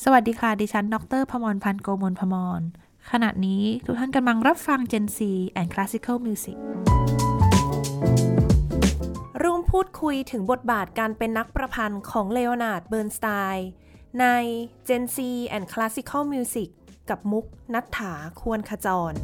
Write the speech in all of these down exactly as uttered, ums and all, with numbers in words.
สวัสดีค่ะดิฉันดร.พมรพันธ์โกมลพมรขณะนี้ทุกท่านกำลังรับฟัง Gen Z and Classical Music ร่วมพูดคุยถึงบทบาทการเป็นนักประพันธ์ของเลโอนาร์ด เบิร์นสไตน์ใน Gen Z and Classical Music กับมุกณัฐฐา ควรขจร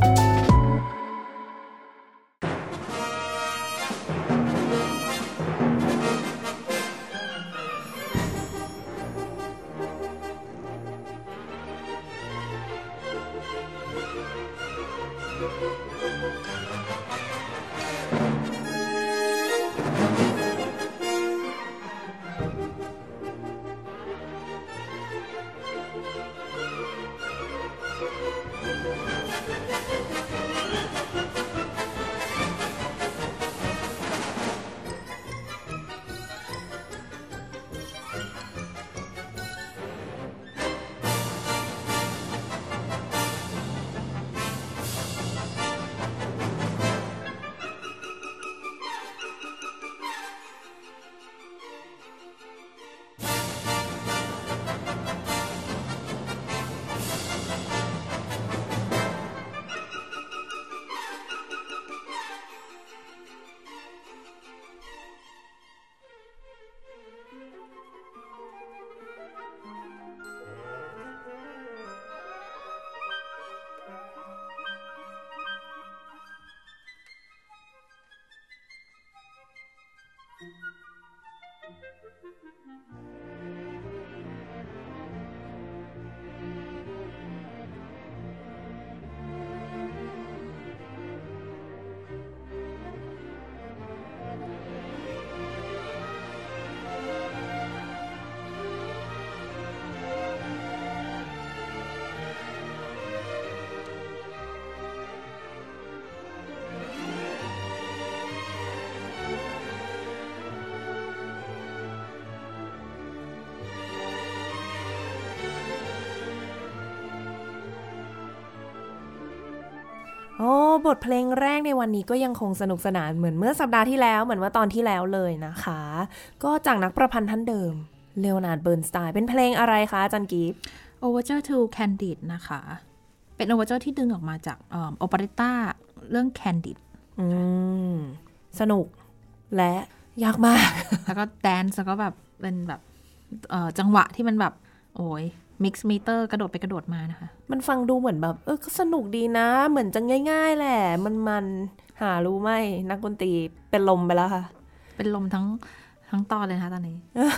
โอ้บทเพลงแรกในวันนี้ก็ยังคงสนุกสนานเหมือนเมื่อสัปดาห์ที่แล้วเหมือนว่าตอนที่แล้วเลยนะคะก็จากนักประพันธ์ท่านเดิมเลโอนาร์ด เบิร์นสไตน์เป็นเพลงอะไรคะอาจารย์กิฟต์ Overture to Candid นะคะเป็น Overture ที่ดึงออกมาจากโอเปเรตตาเรื่อง Candid อืมสนุกและยากมากแล้วก็แดนซ์แล้วก็แบบเป็นแบบจังหวะที่มันแบบโอ้ยมิกซ์มีเตอร์กระโดดไปกระโดดมานะคะมันฟังดูเหมือนแบบเออก็สนุกดีนะเหมือนจะง่ายๆแหละมันมันหารู้ไหมนักดนตรีเป็นลมไปแล้วค่ะเป็นลมทั้งทั้งตอนเลยนะคะตอนนี้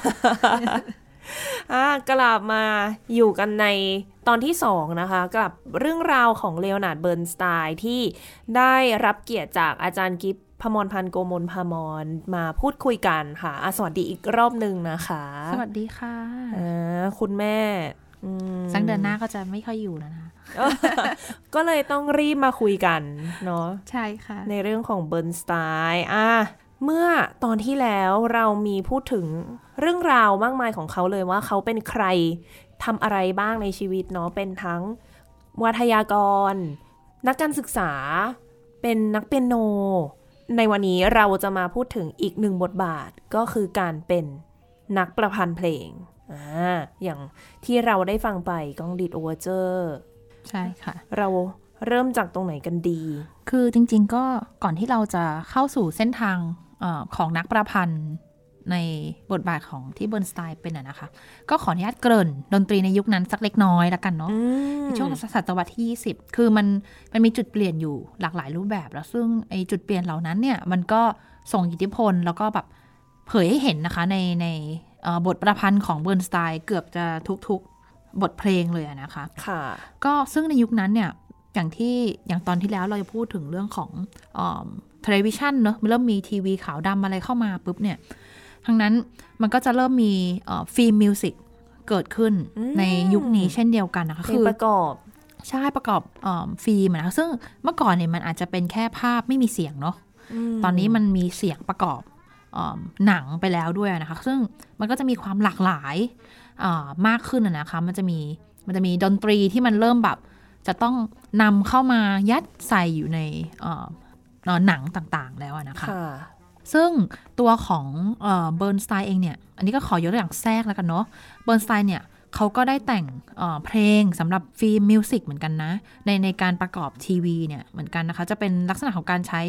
อ่ะกลับมาอยู่กันในตอนที่สองนะคะกับเรื่องราวของเลโอนาร์ด เบิร์นสไตน์ที่ได้รับเกียรติจากอาจารย์กิฟต์พมรพันธ์โกมลพมรมาพูดคุยกันค่ะสวัสดีอีกรอบนึงนะคะสวัสดีค่ะอ่าคุณแม่สักเดือนหน้าก็จะไม่ค่อยอยู่แล้วนะก็เลยต้องรีบมาคุยกันเนาะใช่ค่ะในเรื่องของเบิร์นสไตน์อ่ะเมื่อตอนที่แล้วเรามีพูดถึงเรื่องราวมากมายของเขาเลยว่าเขาเป็นใครทำอะไรบ้างในชีวิตเนาะเป็นทั้งวิทยากรนักการศึกษาเป็นนักเปียโนในวันนี้เราจะมาพูดถึงอีกหนึ่งบทบาทก็คือการเป็นนักประพันธ์เพลงอ่าอย่างที่เราได้ฟังไปกองดิดโอเวอร์เจอร์ใช่ค่ะเราเริ่มจากตรงไหนกันดีคือจริงๆก็ก่อนที่เราจะเข้าสู่เส้นทางเอ่อของนักประพันธ์ในบทบาทของที่เบิร์นสไตน์เป็นนะคะก็ขออนุญาตเกริ่นดนตรีในยุคนั้นสักเล็กน้อยละกันเนาะในช่วงศตวรรษที่ยี่สิบคือมันมันมีจุดเปลี่ยนอยู่หลากหลายรูปแบบแล้วซึ่งไอ้จุดเปลี่ยนเหล่านั้นเนี่ยมันก็ส่งอิทธิพลแล้วก็แบบเผยให้เห็นนะคะในในบทประพันธ์ของเบิร์นสไตน์เกือบจะทุกๆบทเพลงเลยนะคะค่ะก็ซึ่งในยุคนั้นเนี่ยอย่างที่อย่างตอนที่แล้วเราจะพูดถึงเรื่องของทีวีวิชั่นเนอะมันเริ่มมีทีวีขาวดำอะไรเข้ามาปุ๊บเนี่ยทั้งนั้นมันก็จะเริ่มมีฟิล์มมิวสิกเกิดขึ้นในยุคนี้เช่นเดียวกันนะคะคือประกอบใช่ประกอบฟิล์มนะคะซึ่งเมื่อก่อนเนี่ยมันอาจจะเป็นแค่ภาพไม่มีเสียงเนาะตอนนี้มันมีเสียงประกอบหนังไปแล้วด้วยนะคะซึ่งมันก็จะมีความหลากหลายมากขึ้นนะคะมันจะมีมันจะมีดนตรีที่มันเริ่มแบบจะต้องนำเข้ามายัดใส่อยู่ในหนังต่างๆแล้วนะคะซึ่งตัวของเบิร์นสไตน์เองเนี่ยอันนี้ก็ขอยกตัวอย่างแทรกแล้วกันเนาะเบิร์นสไตน์เนี่ยเขาก็ได้แต่งเอ่อเพลงสำหรับฟิล์มมิวสิกเหมือนกันนะในในการประกอบทีวีเนี่ยเหมือนกันนะคะจะเป็นลักษณะของการใช้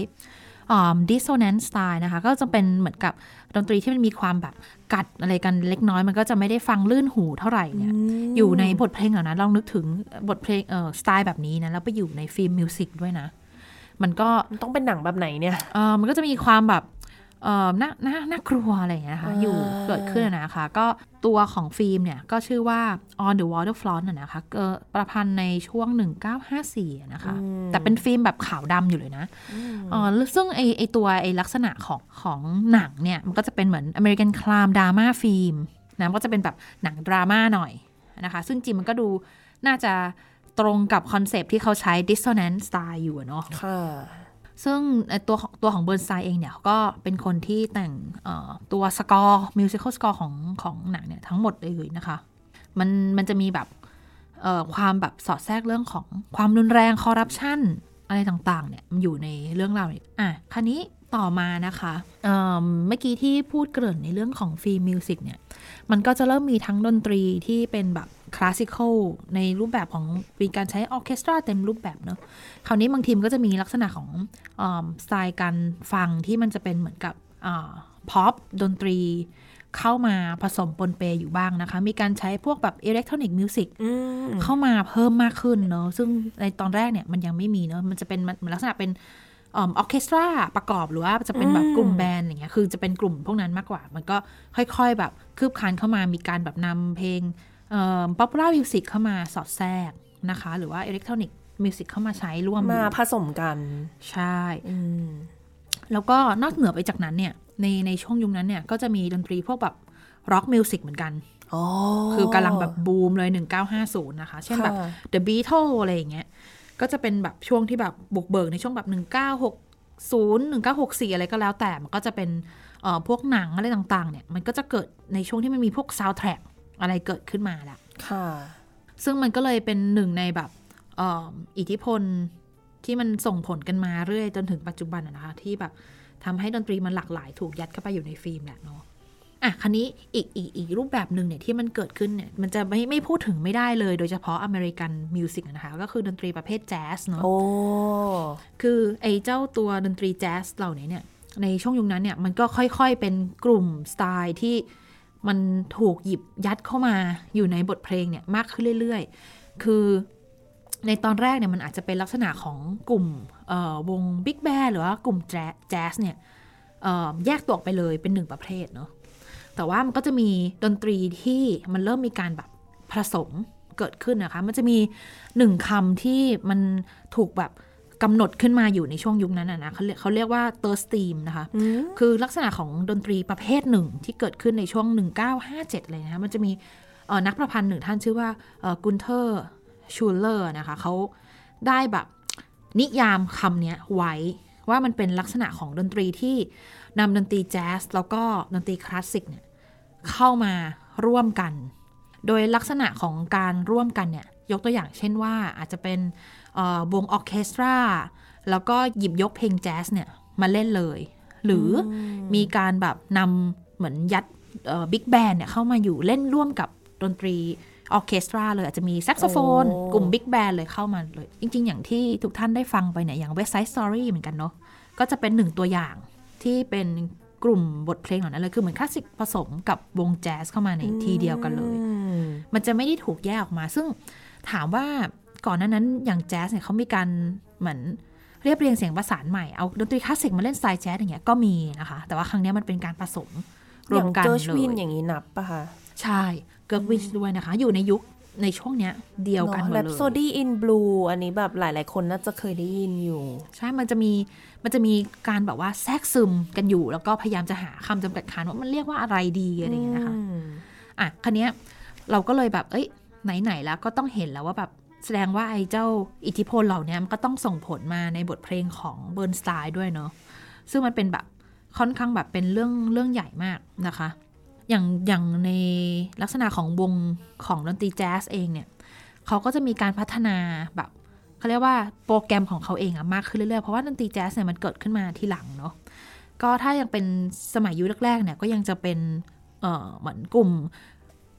dissonant style นะคะก็จะเป็นเหมือนกับดนตรีที่มันมีความแบบกัดอะไรกันเล็กน้อยมันก็จะไม่ได้ฟังลื่นหูเท่าไหร่เนี่ย อ, อยู่ในบทเพลงเหล่านั้นลองนึกถึงบทเพลงเอ่อสไตล์แบบนี้นะแล้วไปอยู่ในฟิล์มมิวสิกด้วยนะมันก็มันต้องเป็นหนังแบบไหนเนี่ยเออมันก็จะมีความแบบเอ่อน่าน่าน่ากลัวอะไรอย่างเงี้ยนะคะอยู่เกิดขึ้นนะคะก็ตัวของฟิล์มเนี่ยก็ชื่อว่า On the Waterfront น่ะนะคะเกิดประพันธ์ในช่วงหนึ่งเก้าห้าสี่นะคะแต่เป็นฟิล์มแบบขาวดำอยู่เลยนะอ๋อซึ่งไอไอตัวไอลักษณะของของหนังเนี่ยมันก็จะเป็นเหมือน American Crime Drama ฟิล์มนะก็จะเป็นแบบหนังดราม่าหน่อยนะคะซึ่งจริงมันก็ดูน่าจะตรงกับคอนเซปต์ที่เขาใช้ dissonant style อยู่เนาะค่ะซึ่งตัวตัวของเบิร์นสไตน์เองเนี่ยก็เป็นคนที่แต่งตัวสกอร์มิวสิคอลสกอร์ของของหนังเนี่ยทั้งหมดเลยนะคะมันมันจะมีแบบความแบบสอดแทรกเรื่องของความรุนแรงคอร์รัปชันอะไรต่างๆเนี่ยมันอยู่ในเรื่องราวนี้อ่ะคราวนี้ต่อมานะคะเ, เมื่อกี้ที่พูดเกริ่นในเรื่องของฟิล์มมิวสิกเนี่ยมันก็จะเริ่มมีทั้งดนตรีที่เป็นแบบคลาสสิคอลในรูปแบบของมีการใช้ออร์เคสตราเต็มรูปแบบเนอะคราวนี้บางทีมก็จะมีลักษณะของสไตล์การฟังที่มันจะเป็นเหมือนกับพ็อปดนตรีเข้ามาผสมปนเปอยู่บ้างนะคะมีการใช้พวกแบบอิเล็กทรอนิกส์มิวสิกเข้ามาเพิ่มมากขึ้นเนอะซึ่งในตอนแรกเนี่ยมันยังไม่มีเนอะมันจะเป็นลักษณะเป็นออร์เคสตราประกอบหรือว่าจะเป็นแบบกลุ่มแบนด์อย่างเงี้ยคือจะเป็นกลุ่มพวกนั้นมากกว่ามันก็ค่อยๆแบบคืบคลานเข้ามามีการแบบนำเพลงเอ่อ popular music เข้ามาสอดแทรกนะคะหรือว่า electronic music เข้ามาใช้ร่วมมาผสมกันใช่แล้วก็นอกเหนือไปจากนั้นเนี่ยในในช่วงยุคนั้นเนี่ยก็จะมีดนตรีพวกแบบ rock music เหมือนกันคือกำลังแบบบูมเลยหนึ่งเก้าห้าศูนย์นะคะเช่นแบบ The Beatles อะไรอย่างเงี้ยก็จะเป็นแบบช่วงที่แบบบุกเบิกในช่วงแบบหนึ่งเก้าหกศูนย์ หนึ่งเก้าหกสี่อะไรก็แล้วแต่มันก็จะเป็นเอ่อพวกหนังอะไรต่างๆเนี่ยมันก็จะเกิดในช่วงที่มันมีพวก soundtrack อะไรเกิดขึ้นมาแล้วค่ะซึ่งมันก็เลยเป็นหนึ่งในแบบเอ่ออิทธิพลที่มันส่งผลกันมาเรื่อยจนถึงปัจจุบันนะคะที่แบบทำให้ดนตรีมันหลากหลายถูกยัดเข้าไปอยู่ในฟิล์มแหละเนาะอ่ะคราวนี้อีกอีกอีกรูปแบบหนึ่งเนี่ยที่มันเกิดขึ้นเนี่ยมันจะไม่ไม่พูดถึงไม่ได้เลยโดยเฉพาะอเมริกันมิวสิกนะคะก็คือดนตรีประเภทแจ๊สเนาะโอ้คือไอ้เจ้าตัวดนตรีแจ๊สเหล่านี้เนี่ยในช่วงยุคนั้นเนี่ยมันก็ค่อยๆเป็นกลุ่มสไตล์ที่มันถูกหยิบยัดเข้ามาอยู่ในบทเพลงเนี่ยมากขึ้นเรื่อยๆคือในตอนแรกเนี่ยมันอาจจะเป็นลักษณะของกลุ่มวงบิ๊กแบนด์หรือว่ากลุ่มแจ๊สเนี่ยแยกตัวออกไปเลยเป็นหนึ่งประเภทเนาะแต่ว่ามันก็จะมีดนตรีที่มันเริ่มมีการแบบผสมเกิดขึ้นนะคะมันจะมีหนึ่งคำที่มันถูกแบบกำหนดขึ้นมาอยู่ในช่วงยุคนั้นนะเขาเรียกเขาเรียกว่า third stream นะคะคือลักษณะของดนตรีประเภทหนึ่งที่เกิดขึ้นในช่วงหนึ่งเก้าห้าเจ็ดเลยนะคะมันจะมีนักประพันธ์หนึ่งท่านชื่อว่ากุนเทอร์ชูเลอร์นะคะเขาได้แบบนิยามคำนี้ไว้ว่ามันเป็นลักษณะของดนตรีที่นำดนตรีแจ๊สแล้วก็ดนตรีคลาสสิกเนี่ยเข้ามาร่วมกันโดยลักษณะของการร่วมกันเนี่ยยกตัวอย่างเช่นว่าอาจจะเป็นวงออร์เคสตราแล้วก็หยิบยกเพลงแจ๊สเนี่ยมาเล่นเลยหรือมีการแบบนำเหมือนยัดบิ๊กแบนด์เนี่ยเข้ามาอยู่เล่นร่วมกับดนตรีออร์เคสตราเลยอาจจะมีแซกโซโฟนกลุ่มบิ๊กแบนด์เลยเข้ามาเลยจริงๆอย่างที่ทุกท่านได้ฟังไปเนี่ยอย่าง West Side Story เหมือนกันเนาะก็จะเป็นหนึ่งตัวอย่างที่เป็นกลุ่มบทเพลงเหล่านั้นเลยคือเหมือนคลาสสิกผสมกับวงแจ๊สเข้ามาในทีเดียวกันเลยมันจะไม่ได้ถูกแยกออกมาซึ่งถามว่าก่อนหน้านั้นอย่างแจ๊สเนี่ยเขามีการเหมือนเรียบเรียงเสียงประสานใหม่เอาดนตรีคลาสสิกมาเล่นสไตล์แจ๊สอย่างเงี้ยก็มีนะคะแต่ว่าครั้งนี้มันเป็นการผสมรวมกันเลยอย่างเกิร์ชวินอย่างนี้นับปะคะใช่เกิร์ชวินด้วยนะคะอยู่ในยุคในช่วงเนี้ยเดียวกันหมดเลย Rhapsody in Blue อันนี้แบบหลายๆคนน่าจะเคยได้ยินอยู่ใช่มันจะมีมันจะมีการแบบว่าแทรกซึมกันอยู่แล้วก็พยายามจะหาคำจำกัดความว่ามันเรียกว่าอะไรดีอะไรอย่างเงี้ยนะคะอ่ะคราวเนี้ยเราก็เลยแบบเอ้ยไหนๆแล้วก็ต้องเห็นแล้วว่าแบบแสดงว่าไอ้เจ้าอิทธิพลเหล่านี้มันก็ต้องส่งผลมาในบทเพลงของเบิร์นสไตน์ด้วยเนาะซึ่งมันเป็นแบบค่อนข้างแบบเป็นเรื่องเรื่องใหญ่มากนะคะอย่างอย่างในลักษณะของวงของดนตรีแจ๊สเองเนี่ยเขาก็จะมีการพัฒนาแบบเขาเรียกว่าโปรแกรมของเขาเองอะมากขึ้นเรื่อยๆเพราะว่าดนตรีแจ๊สเนี่ยมันเกิดขึ้นมาทีหลังเนาะก็ถ้ายังเป็นสมัยยุคแรกๆเนี่ยก็ยังจะเป็นเอ่อเหมือนกลุ่ม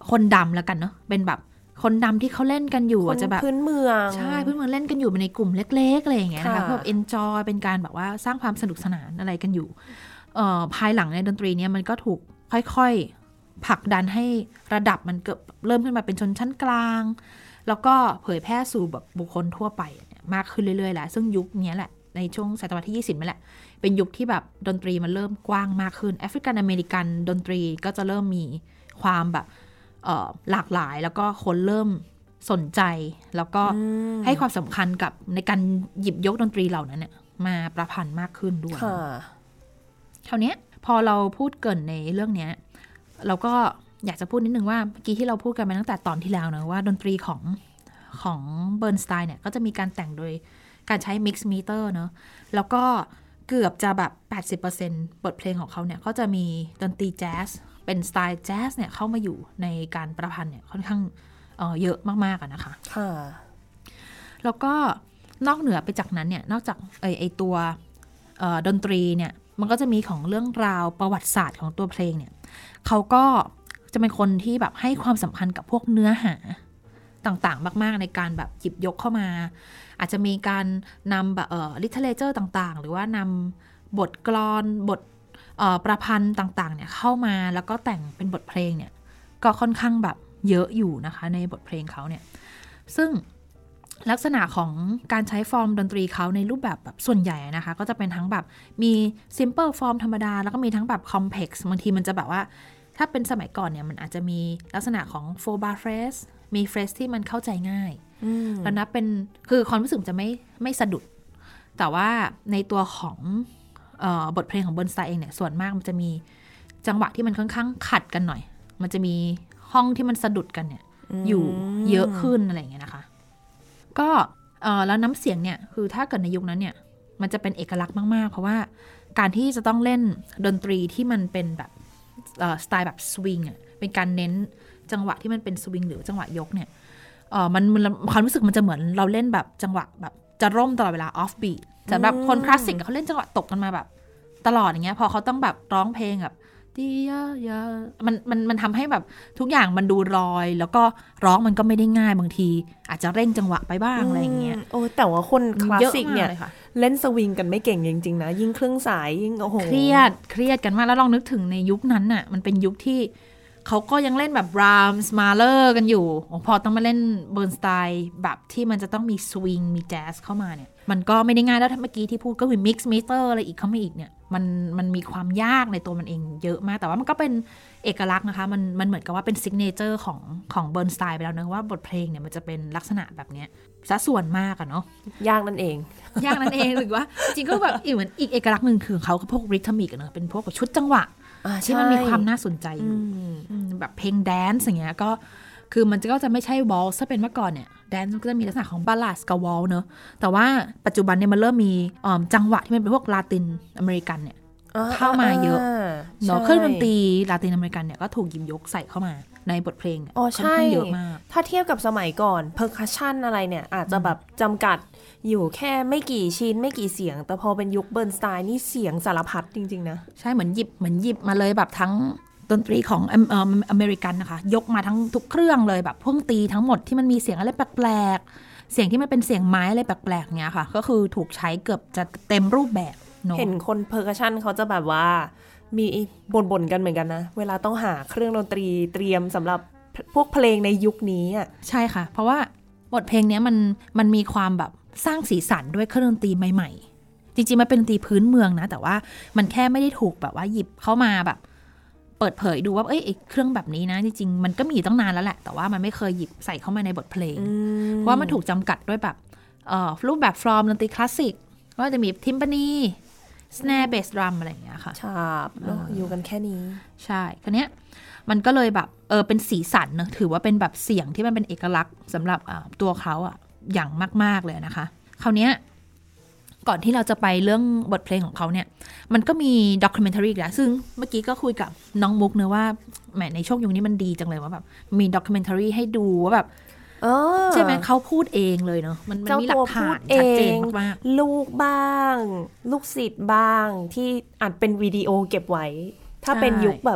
คนดำแล้วกันเนาะเป็นแบบคนดำที่เขาเล่นกันอยู่อาจจะแบบพื้นเมืองใช่พื้นเมืองเล่นกันอยู่ในกลุ่มเล็กๆอะไรอย่างเงี้ยนะคะแบบ enjoy เป็นการแบบว่าสร้างความสนุกสนานอะไรกันอยู่ภายหลังในดนตรีเนี่ยมันก็ถูกค่อยๆผลักดันให้ระดับมันเกิดเริ่มขึ้นมาเป็นชนชั้นกลางแล้วก็เผยแพร่สู่แบบบุคคลทั่วไปมากขึ้นเรื่อยๆแหละซึ่งยุคนี้แหละในช่วงศตวรรษที่ยี่สิบนี่แหละเป็นยุคที่แบบดนตรีมันเริ่มกว้างมากขึ้นแอฟริกันอเมริกันดนตรีก็จะเริ่มมีความแบบหลากหลายแล้วก็คนเริ่มสนใจแล้วก็ให้ความสำคัญกับในการหยิบยกดนตรีเหล่านั้นเนี่ยมาประพันธ์มากขึ้นด้วยคราวนี้พอเราพูดเกินในเรื่องนี้เราก็อยากจะพูดนิดนึงว่าเมื่อกี้ที่เราพูดกันมาตั้งแต่ตอนที่แล้วนะว่าดนตรีของของเบิร์นสไตน์เนี่ยก็จะมีการแต่งโดยการใช้ mix meter เนอะแล้วก็เกือบจะแบบ แปดสิบเปอร์เซ็นต์ บทเพลงของเขาเนี่ยก็จะมีดนตรีแจ๊สเป็นสไตล์แจ๊สเนี่ยเข้ามาอยู่ในการประพันธ์เนี่ยค่อนข้าง เอ่อ เยอะมากๆนะคะค่ะแล้วก็นอกเหนือไปจากนั้นเนี่ยนอกจากไอไอตัวดนตรีเนี่ยมันก็จะมีของเรื่องราวประวัติศาสตร์ของตัวเพลงเนี่ยเขาก็จะเป็นคนที่แบบให้ความสำคัญกับพวกเนื้อหาต่างๆมากๆในการแบบหยิบยกเข้ามาอาจจะมีการนำแบบเอ่อ literature ต่างๆหรือว่านำบทกลอนบทเอ่อประพันธ์ต่างๆเนี่ยเข้ามาแล้วก็แต่งเป็นบทเพลงเนี่ยก็ค่อนข้างแบบเยอะอยู่นะคะในบทเพลงเขาเนี่ยซึ่งลักษณะของการใช้ฟอร์มดนตรีเขาในรูปแบบแบบส่วนใหญ่นะคะก็จะเป็นทั้งแบบมี simple form ธรรมดาแล้วก็มีทั้งแบบ complex บางทีมันจะแบบว่าถ้าเป็นสมัยก่อนเนี่ยมันอาจจะมีลักษณะของ four bar phrase มี phrase ที่มันเข้าใจง่ายแล้วนับเป็นคือความรู้สึกจะไม่ไม่สะดุดแต่ว่าในตัวของเอ่อบทเพลงของเบิร์นสไตน์เองเนี่ยส่วนมากมันจะมีจังหวะที่มันค่อนข้างขัดกันหน่อยมันจะมีห้องที่มันสะดุดกันเนี่ยอยู่เยอะขึ้นอะไรอย่างเงี้ยนะคะก็เอ่อแล้วน้ำเสียงเนี่ยคือถ้าเกิดในยุคนั้นเนี่ยมันจะเป็นเอกลักษณ์มากๆเพราะว่าการที่จะต้องเล่นดนตรีที่มันเป็นแบบสไตล์แบบสวิงอ่ะเป็นการเน้นจังหวะที่มันเป็นสวิงหรือจังหวะยกเนี่ยเออมันความรู้สึกมันจะเหมือนเราเล่นแบบจังหวะแบบจะร่มตลอดเวลาออฟบีทสำหรับคนคลาสสิกเขาเล่นจังหวะตกกันมาแบบตลอดอย่างเงี้ยพอเขาต้องแบบร้องเพลงแบบดียามันมันมันทำให้แบบทุกอย่างมันดูลอยแล้วก็ร้องมันก็ไม่ได้ง่ายบางทีอาจจะเร่งจังหวะไปบ้างอะไรอย่างเงี้ยโอ้แต่ว่าคนคลาสสิกเนี่ยเล่นสวิงกันไม่เก่งจริงๆนะยิ่งเครื่องสายยิ่งโอ้โหเครียดเครียดกันมากแล้วลองนึกถึงในยุคนั้นน่ะมันเป็นยุคที่เขาก็ยังเล่นแบบรามส์มาเลอร์กันอยู่พอต้องมาเล่นเบิร์นสไตน์แบบที่มันจะต้องมีสวิงมีแจ๊สเข้ามาเนี่ยมันก็ไม่ได้ง่ายแล้วเมื่อกี้ที่พูดก็คือมิกซ์มิเตอร์อะไรอีกเข้ามาอีกเนี่ยมันมันมีความยากในตัวมันเองเยอะมากแต่ว่ามันก็เป็นเอกลักษณ์นะคะมันมันเหมือนกับว่าเป็นซิกเนเจอร์ของของเบิร์นสไตน์ไปแล้วนะว่าบทเพลงเนี่ยมันจะเป็นลักษณะแบบนี้ซะส่วนมากอะเนาะยากนั่นเองยากนั่นเองหรือว่าจริงก็แบบอีกเหมือนอีกเอกลักษณ์นึงคือเขาก็พวกริทมิกเนอะเป็นพวกชุดจังหวะที่มันมีความน่าสนใจอยู่แบบเพลงแดนซ์อย่างเงี้ยก็คือมันก็จะไม่ใช่วอลซ์ถ้าเป็นเมื่อก่อนเนี่ยแดนซ์ก็จะมีลักษณะของบัลลาดกับวอลเนอะแต่ว่าปัจจุบันเนี่ยมันเริ่มมีจังหวะที่มันเป็นพวกลาตินอเมริกันเนี่ยเข้ามาเยอะเนาะเครื่องดนตรีลาตินอเมริกันเนี่ยก็ถูกหยิบยกใส่เข้ามาในบทเพลงอ๋อใช่เยอะมากถ้าเทียบกับสมัยก่อนเพอร์คัชชันอะไรเนี่ยอาจจะแบบจำกัดอยู่แค่ไม่กี่ชิ้นไม่กี่เสียงแต่พอเป็นยุคเบิร์นสไตน์นี่เสียงสารพัดจริงๆนะใช่เหมือนหยิบเหมือนหยิบมาเลยแบบทั้งดนตรีของอเมริกันนะคะยกมาทั้งทุกเครื่องเลยแบบเครื่องตีทั้งหมดที่มันมีเสียงอะไรแปลกๆเสียงที่มันเป็นเสียงไม้อะไรแปลกๆเนี้ยค่ะก็คือถูกใช้เกือบจะเต็มรูปแบบเห็นคนเพอร์คัชชันเขาจะแบบว่ามีบ่นๆกันเหมือนกันนะเวลาต้องหาเครื่องดนตรีเตรียมสำหรับพวกเพลงในยุคนี้อ่ะใช่ค่ะเพราะว่าบทเพลงนี้มันมันมีความแบบสร้างสีสันด้วยเครื่องดนตรีใหม่ๆจริงๆมันเป็นดนตรีพื้นเมืองนะแต่ว่ามันแค่ไม่ได้ถูกแบบว่าหยิบเข้ามาแบบเปิดเผยดูว่าเอ้ยเครื่องแบบนี้นะจริงๆมันก็มีตั้งนานแล้วแหละแต่ว่ามันไม่เคยหยิบใส่เข้ามาในบทเพลงเพราะว่ามันถูกจำกัดด้วยแบบรูปแบบฟอร์มดนตรีคลาสสิกก็จะมีทิมปานีสแนร์เบสดรัมอะไรอย่างเงี้ยค่ะชาบเนาะอยู่กันแค่นี้ใช่คราวเนี้ยมันก็เลยแบบเออเป็นสีสันเนอะถือว่าเป็นแบบเสียงที่มันเป็นเอกลักษณ์สำหรับตัวเขาอะอย่างมากๆเลยนะคะคราวเนี้ยก่อนที่เราจะไปเรื่องบทเพลงของเขาเนี่ยมันก็มีด็อกิเมนทารีอีกแล้วซึ่งเมื่อกี้ก็คุยกับน้องมุกเนอะว่าแหมในช่วงยุคนี้มันดีจังเลยว่าแบบมีด็อกิเมนทารีให้ดูว่าแบบใช่ไหมเขาพูดเองเลยเนอะมันมีหลักฐานชัดเจนมากลูกบ้างลูกศิษย์บ้างที่อัดเป็นวิดีโอเก็บไว้ถ้าเป็นยุคแบบ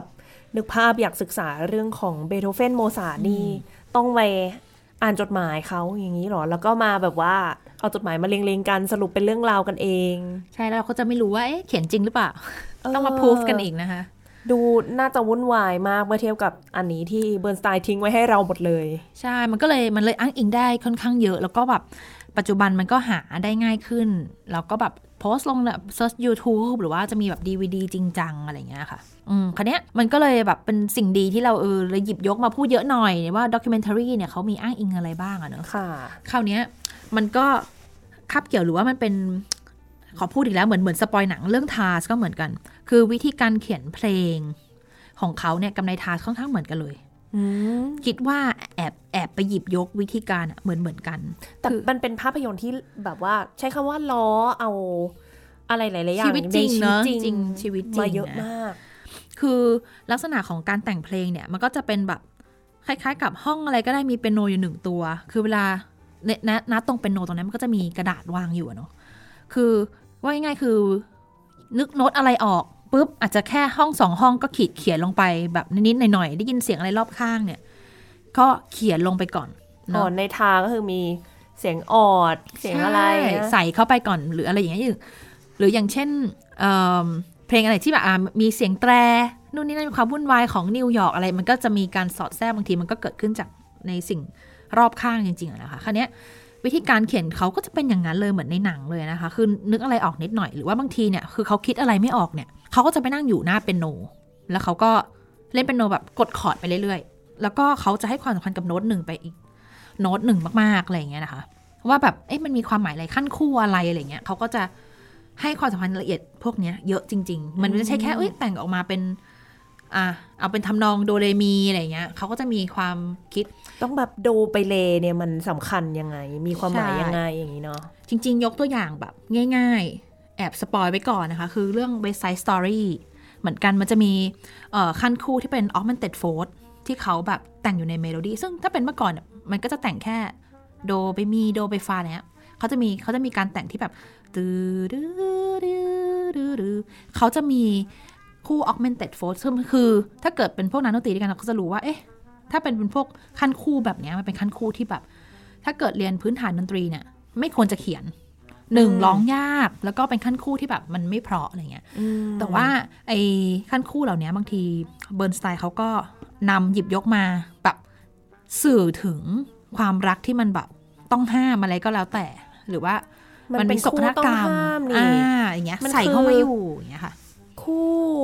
นึกภาพอยากศึกษาเรื่องของเบโธเฟนโมซาร์ทนี่ต้องไปอ่านจดหมายเขาอย่างนี้หรอแล้วก็มาแบบว่าเอาจดหมายมาเรียงๆกันสรุปเป็นเรื่องราวกันเองใช่แล้วเราก็จะไม่รู้ว่าเอ๊ะเขียนจริงหรือเปล่าต้องมาพูฟกันอีกนะคะดูน่าจะวุ่นวายมากเมื่อเทียบกับอันนี้ที่เบิร์นสไตน์ทิ้งไว้ให้เราหมดเลยใช่มันก็เลยมันเลยอ้างอิงได้ค่อนข้างเยอะแล้วก็แบบปัจจุบันมันก็หาได้ง่ายขึ้นแล้วก็แบบโพสต์ลงแบบเซิร์ช YouTube หรือว่าจะมีแบบ ดี วี ดี จริงจังอะไรอย่างเงี้ยค่ะอืมคราวเนี้ยมันก็เลยแบบเป็นสิ่งดีที่เราเออเลยหยิบยกมาพูดเยอะหน่อยว่าด็อกิเมนทารีเนี่ยเขามีอ้างอิงอะไรบ้างอะเนอะค่ะคราวเนี้ยมันก็คับเกี่ยวหรือว่ามันเป็นขอพูดอีกแล้วเหมือนเหมือนสปอยหนังเรื่องทาสก็เหมือนกันคือวิธีการเขียนเพลงของเขาเนี่ยกับในทาสค่อนข้างเหมือนกันเลยคิดว่าแอบแอบไปหยิบยกวิธีการเหมือนเหมือนกันแต่มันเป็นภาพยนตร์ที่แบบว่าใช้คำว่าล้อเอาอะไรหลายๆอย่างชีวิตจริงเนอะจริงชีวิตจริงมาเยอะมากคือลักษณะของการแต่งเพลงเนี่ยมันก็จะเป็นแบบคล้ายๆกับห้องอะไรก็ได้มีเปียโนอยู่หนึ่งตัวคือเวลาณณตรงเปียโนตรงนั้นมันก็จะมีกระดาษวางอยู่เนาะคือว่าง่ายๆคือนึกโน้ตอะไรออกปุ๊บอาจจะแค่ห้องสองห้องก็ขีดเขียนลงไปแบบนิดๆหน่อยๆได้ยินเสียงอะไรรอบข้างเนี่ยก็เขียนลงไปก่อนเนาะในทางก็คือมีเสียงออดเสียงอะไรใส่เข้าไปก่อนหรืออะไรอย่างเงี้ยหรืออย่างเช่น เ, เพลงอะไรที่แบบมีเสียงแตรนู่นนี่นั่นมีความวุ่นวายของนิวยอร์กอะไรมันก็จะมีการสอดแทรกบางทีมันก็เกิดขึ้นจากในสิ่งรอบข้างจริงๆนะคะคราวนี้วิธีการเขียนเขาก็จะเป็นอย่างนั้นเลยเหมือนในหนังเลยนะคะคือนึกอะไรออกนิดหน่อยหรือว่าบางทีเนี่ยคือเขาคิดอะไรไม่ออกเนี่ยเขาก็จะไปนั่งอยู่หน้าเปียโนแล้วเขาก็เล่นเปียโนแบบกดคอร์ดไปเรื่อยๆแล้วก็เขาจะให้ความสำคัญกับโน้ตหนึ่งไปอีกโน้ตหนึ่งมากๆอะไรอย่างเงี้ยนะคะว่าแบบเอ๊ะมันมีความหมายอะไรขั้นคู่อะไรอะไรเงี้ยเขาก็จะให้ความสำคัญละเอียดพวกนี้เยอะจริงๆมันไม่ใช่แค่เอ้ยแต่งออกมาเป็นอ่ะเอาเป็นทำนองโดเรมีอะไรเงี้ยเขาก็จะมีความคิดต้องแบบโดไปเลเนี่ยมันสำคัญยังไงมีความหมายยังไงอย่างนี้เนาะจริงๆยกตัวอย่างแบบง่ายๆแอบสปอยไว้ก่อนนะคะคือเรื่อง West Side Story เหมือนกันมันจะมีขั้นคู่ที่เป็น augmented fourth ที่เขาแบบแต่งอยู่ในเมโลดี้ซึ่งถ้าเป็นเมื่อก่อนมันก็จะแต่งแค่โดไปมีโดไปฟาเนี้ยเขาจะมีเขาจะมีการแต่งที่แบบตื้อดื้อดื้อดื้อดื้อเขาจะมีคู่ augmented fourth ซึ่งคือถ้าเกิดเป็นพวกนักดนตรีด้วยกันเราก็จะรู้ว่าเอ๊ะถ้าเป็นเป็นพวกขั้นคู่แบบนี้มันเป็นขั้นคู่ที่แบบถ้าเกิดเรียนพื้นฐานดนตรีเนี่ยไม่ควรจะเขียนหนึ่งร้องยากแล้วก็เป็นขั้นคู่ที่แบบมันไม่เพราะอะไรเงี้ยแต่ว่าไอ้ขั้นคู่เหล่านี้บางทีเบิร์นสไตน์เขาก็นำหยิบยกมาแบบสื่อถึงความรักที่มันแบบต้องห้ามอะไรก็แล้วแต่หรือว่ามันเป็นโศกนาฏกรรมอ่าอย่างเงี้ยใส่เข้ามาอยู่อย่างเงี้ยค่ะคู่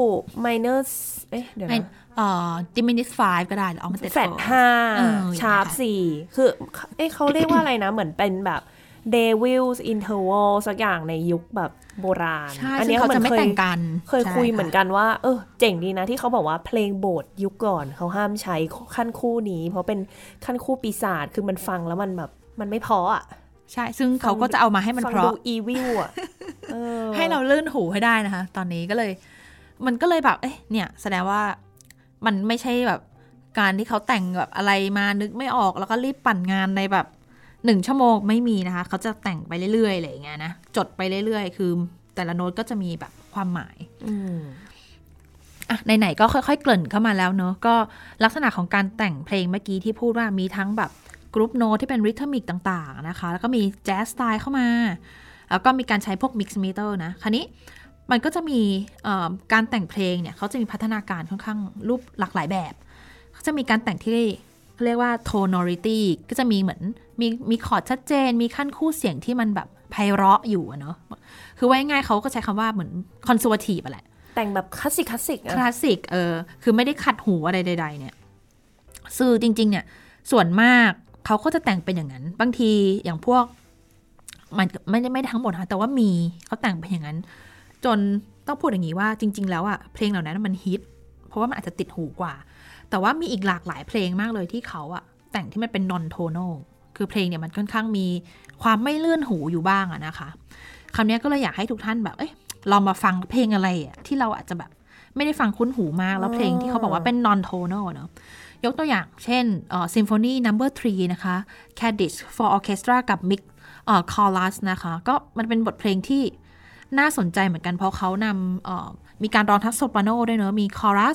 minor เอ๊ะเดี๋ยวนะเอ่อ diminished five ก็ได้หรือ augmented flat ห้า sharp สี่คือเอ๊ะเขาเรียกว่าอะไรนะเหมือนเป็นแบบ Devil's Interval สักอย่างในยุคแบบโบราณอันนี้เขาจะไม่แต่งกันเคยคุยเหมือนกันว่าเออเจ๋งดีนะที่เขาบอกว่าเพลงโบสถ์ยุคก่อนเขาห้ามใช้ขั้นคู่นี้เพราะเป็นขั้นคู่ปีศาจคือมันฟังแล้วมันแบบมันไม่พออ่ะใช่ซึ่งเขาก็จะเอามาให้มันเพราะฟังดูอีวิลอ่ะให้เราลื่นหูให้ได้นะคะตอนนี้ก็เลยมันก็เลยแบบเอ๊ะเนี่ยแสดงว่ามันไม่ใช่แบบการที่เขาแต่งแบบอะไรมานึกไม่ออกแล้วก็รีบปั่นงานในแบบหนึ่งชั่วโมงไม่มีนะคะเขาจะแต่งไปเรื่อยๆอะไรอย่างเงี้ยนะจดไปเรื่อยๆคือแต่ละโน้ตก็จะมีแบบความหมายอ่ะไหนๆก็ค่อยๆเกริ่นเข้ามาแล้วเนอะก็ลักษณะของการแต่งเพลงเมื่อกี้ที่พูดว่ามีทั้งแบบกรุ๊ปโน้ตที่เป็นริทึมิกต่างๆนะคะแล้วก็มีแจ๊สสไตล์เข้ามาแล้วก็มีการใช้พวกมิกซ์มิเตอร์นะคราวนี้มันก็จะมีการแต่งเพลงเนี่ยเขาจะมีพัฒนาการค่อนข้างรูปหลากหลายแบบเขาจะมีการแต่งที่เรียกว่า tonality ก็จะมีเหมือนมีมีคอร์ดชัดเจนมีขั้นคู่เสียงที่มันแบบไพเราะอยู่เนาะคือว่าง่ายๆเขาก็ใช้คำว่าเหมือน conservative แหละแต่งแบบคลาสสิกคลาสสิกคลาสสิกเออคือไม่ได้ขัดหูอะไรใดๆเนี่ยซึ่งจริงๆเนี่ยส่วนมากเขาก็จะแต่งเป็นอย่างนั้นบางทีอย่างพวกมันไม่ได้ไม่ทั้งหมดค่ะแต่ว่ามีเขาแต่งเป็นอย่างนั้นจนต้องพูดอย่างนี้ว่าจริงๆแล้วอะเพลงเหล่านั้นมันฮิตเพราะว่ามันอาจจะติดหูกว่าแต่ว่ามีอีกหลากหลายเพลงมากเลยที่เขาอะแต่งที่มันเป็น non tonal คือเพลงเนี่ยมันค่อนข้างมีความไม่เลื่อนหูอยู่บ้างอะนะคะคำนี้ก็เลยอยากให้ทุกท่านแบบเอ้ยลองมาฟังเพลงอะไรอะที่เราอาจจะแบบไม่ได้ฟังคุ้นหูมากแล้วเพลงที่เขาบอกว่าเป็น non tonal เนาะยกตัวอย่างเช่น Symphony Number สามนะคะ Kaddish for Orchestra กับ Mix Chorus นะคะก็มันเป็นบทเพลงที่น่าสนใจเหมือนกันเพราะเขานำมีการร้องทั้งโซปราโนด้วยเนอะมีคอรัส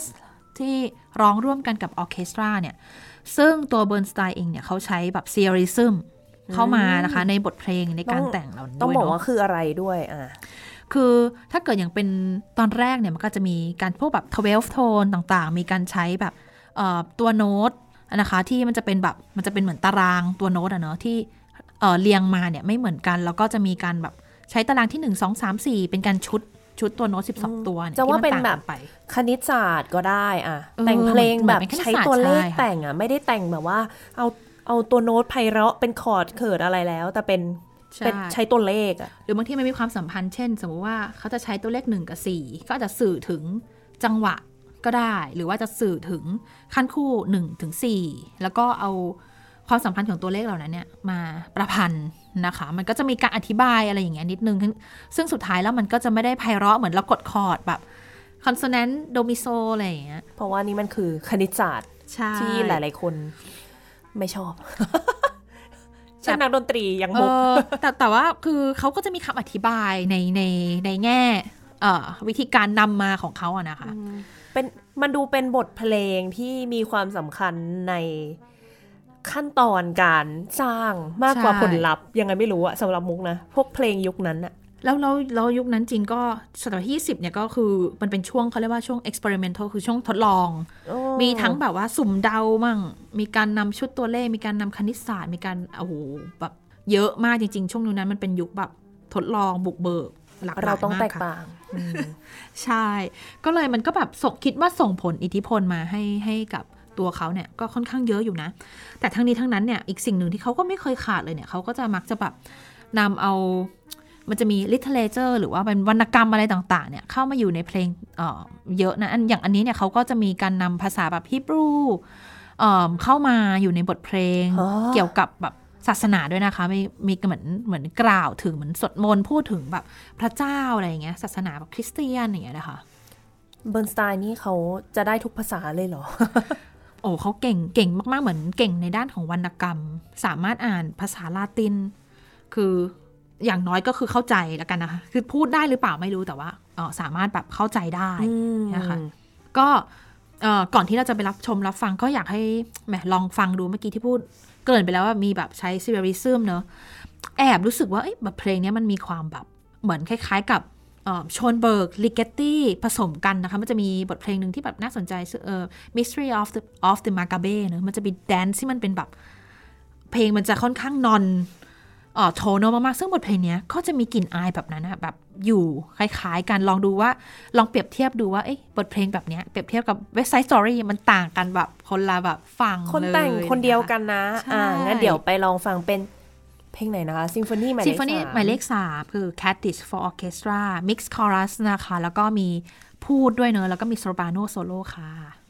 ที่ร้องร่วมกันกับออร์เคสตราเนี่ยซึ่งตัวเบิร์นสไตน์เองเนี่ยเขาใช้แบบเซียริซึมเข้ามานะคะในบทเพลงในการแต่งเราด้วยเนาะต้องบอกว่าคืออะไรด้วยอ่ะคือถ้าเกิดอย่างเป็นตอนแรกเนี่ยมันก็จะมีการพวกแบบสิบสองโทนต่างๆมีการใช้แบบตัวโน้ตนะคะที่มันจะเป็นแบบมันจะเป็นเหมือนตารางตัวโน้ตอะเนาะที่เอ่อเรียงมาเนี่ยไม่เหมือนกันแล้วก็จะมีการแบบใช้ตารางที่หนึ่ง สอง สาม สี่เป็นการชุดชุดตัวโน้ตสิบสองตัวเนี่ยจะว่าเป็นแบบคณิตศาสตร์ก็ได้อ่ะแต่งเพลงแบบใช้ตัวเลขแต่งอ่ะไม่ได้แต่งแบบว่าเอาเอาตัวโน้ตไพเราะเป็นคอร์ดเขิดอะไรแล้วแต่เป็นเป็นใช้ตัวเลขอ่ะหรือบางที่มันมีความสัมพันธ์เช่นสมมติว่าเขาจะใช้ตัวเลขหนึ่งกับสี่ก็อาจจะสื่อถึงจังหวะก็ได้หรือว่าจะสื่อถึงขั้นคู่หนึ่งถึงสี่แล้วก็เอาความสัมพันธ์ของตัวเลขเหล่านั้นเนี่ยมาประพันธ์นะคะมันก็จะมีการอธิบายอะไรอย่างเงี้ยนิดนึงซึ่งสุดท้ายแล้วมันก็จะไม่ได้ไพเราะเหมือนเรากดคอร์ดแบบคอนโซแนนต์โดมิโซอะไรอย่างเงี้ยเพราะว่านี่มันคือคณิตศาสตร์ที่หลายๆคนไม่ชอบเช่นนักดนตรีอย่างมุกแต่แต่ว่าคือเขาก็จะมีคำอธิบายในในในแง่วิธีการนำมาของเขาอะนะคะเป็นมันดูเป็นบทเพลงที่มีความสำคัญในขั้นตอนการสร้างมากกว่าผลลัพธ์ยังไงไม่รู้อะสำหรับมุกนะพวกเพลงยุคนั้นอะแล้วแล้วแล้วยุคนั้นจริงก็ศตวรรษที่ยี่สิบเนี่ยก็คือมันเป็นช่วงเขาเรียกว่าช่วง experimental คือช่วงทดลองมีทั้งแบบว่าสุ่มเดามั่งมีการนำชุดตัวเลขมีการนำคณิตศาสตร์มีการโอ้โหแบบเยอะมากจริงๆช่วงนั้นมันเป็นยุคแบบทดลองบุกเบิกหลากหลายมากเราต้องแตกต่างใช่ก็เลยมันก็แบบส่งคิดว่าส่งผลอิทธิพลมาให้ให้กับตัวเขาเนี่ยก็ค่อนข้างเยอะอยู่นะแต่ทั้งนี้ทั้งนั้นเนี่ยอีกสิ่งหนึ่งที่เขาก็ไม่เคยขาดเลยเนี่ยเขาก็จะมักจะแบบนำเอามันจะมี literature หรือว่าเป็นวรรณกรรมอะไรต่างๆเนี่ยเข้ามาอยู่ในเพลง เอ่อ เยอะนะอันอย่างอันนี้เนี่ยเขาก็จะมีการนำภาษาแบบฮีบรูเอ่อเข้ามาอยู่ในบทเพลง เกี่ยวกับแบบศาสนาด้วยนะคะมีมีเหมือนเหมือนกล่าวถึงเหมือนสวดมนต์พูดถึงแบบพระเจ้าอะไรอย่างเงี้ยศาสนาแบบคริสเตียนอย่างเงี้ยนะคะเบิร์นสไตน์นี่เขาจะได้ทุกภาษาเลยเหรอโอ้เขาเก่งเก่งมากๆเหมือนเก่งในด้านของวรรณกรรมสามารถอ่านภาษาลาตินคืออย่างน้อยก็คือเข้าใจแล้วกันนะคะคือพูดได้หรือเปล่าไม่รู้แต่ว่าสามารถแบบเข้าใจได้นะคะก็ก่อนที่เราจะไปรับชมรับฟังก็อยากให้แหมลองฟังดูเมื่อกี้ที่พูดเกริ่นไปแล้วว่ามีแบบใช้ซิเวริซึมเนอะแอบรู้สึกว่าแบบเพลงนี้มันมีความแบบเหมือนคล้ายๆกับโชนเบิร์กลิเกตตี้ผสมกันนะคะมันจะมีบทเพลงหนึ่งที่แบบน่าสนใจเอ่อ Mystery of the of the Macabe เนอะมันจะมีแดนซ์ที่มันเป็นแบบเพลงมันจะค่อนข้างนอนอ๋อโทนมากๆซึ่งบทเพลงนี้ก็จะมีกลิ่นอายแบบนั้นนะแบบอยู่คล้ายๆกันลองดูว่าลองเปรียบเทียบดูว่าบทเพลงแบบนี้เปรียบเทียบกับ West Side Story มันต่างกันแบบคนละแบบฟังเลยคนแต่งคนเดียวกันนะอ่างั้นเดี๋ยวไปลองฟังเป็นเพลงไหนนะคะ Symphony หมายเลข Symphony หมายเลขสามคือ Kaddish for Orchestra Mix Chorus นะคะแล้วก็มีพูดด้วยเนอะแล้วก็มี Soprano Solo ค่ะ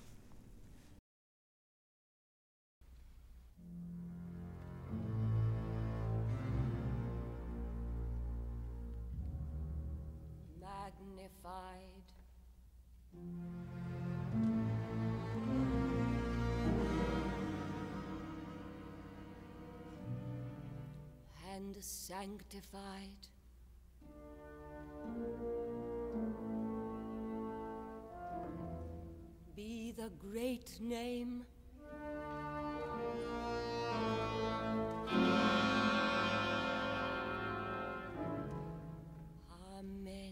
And sanctified be the great name Amen.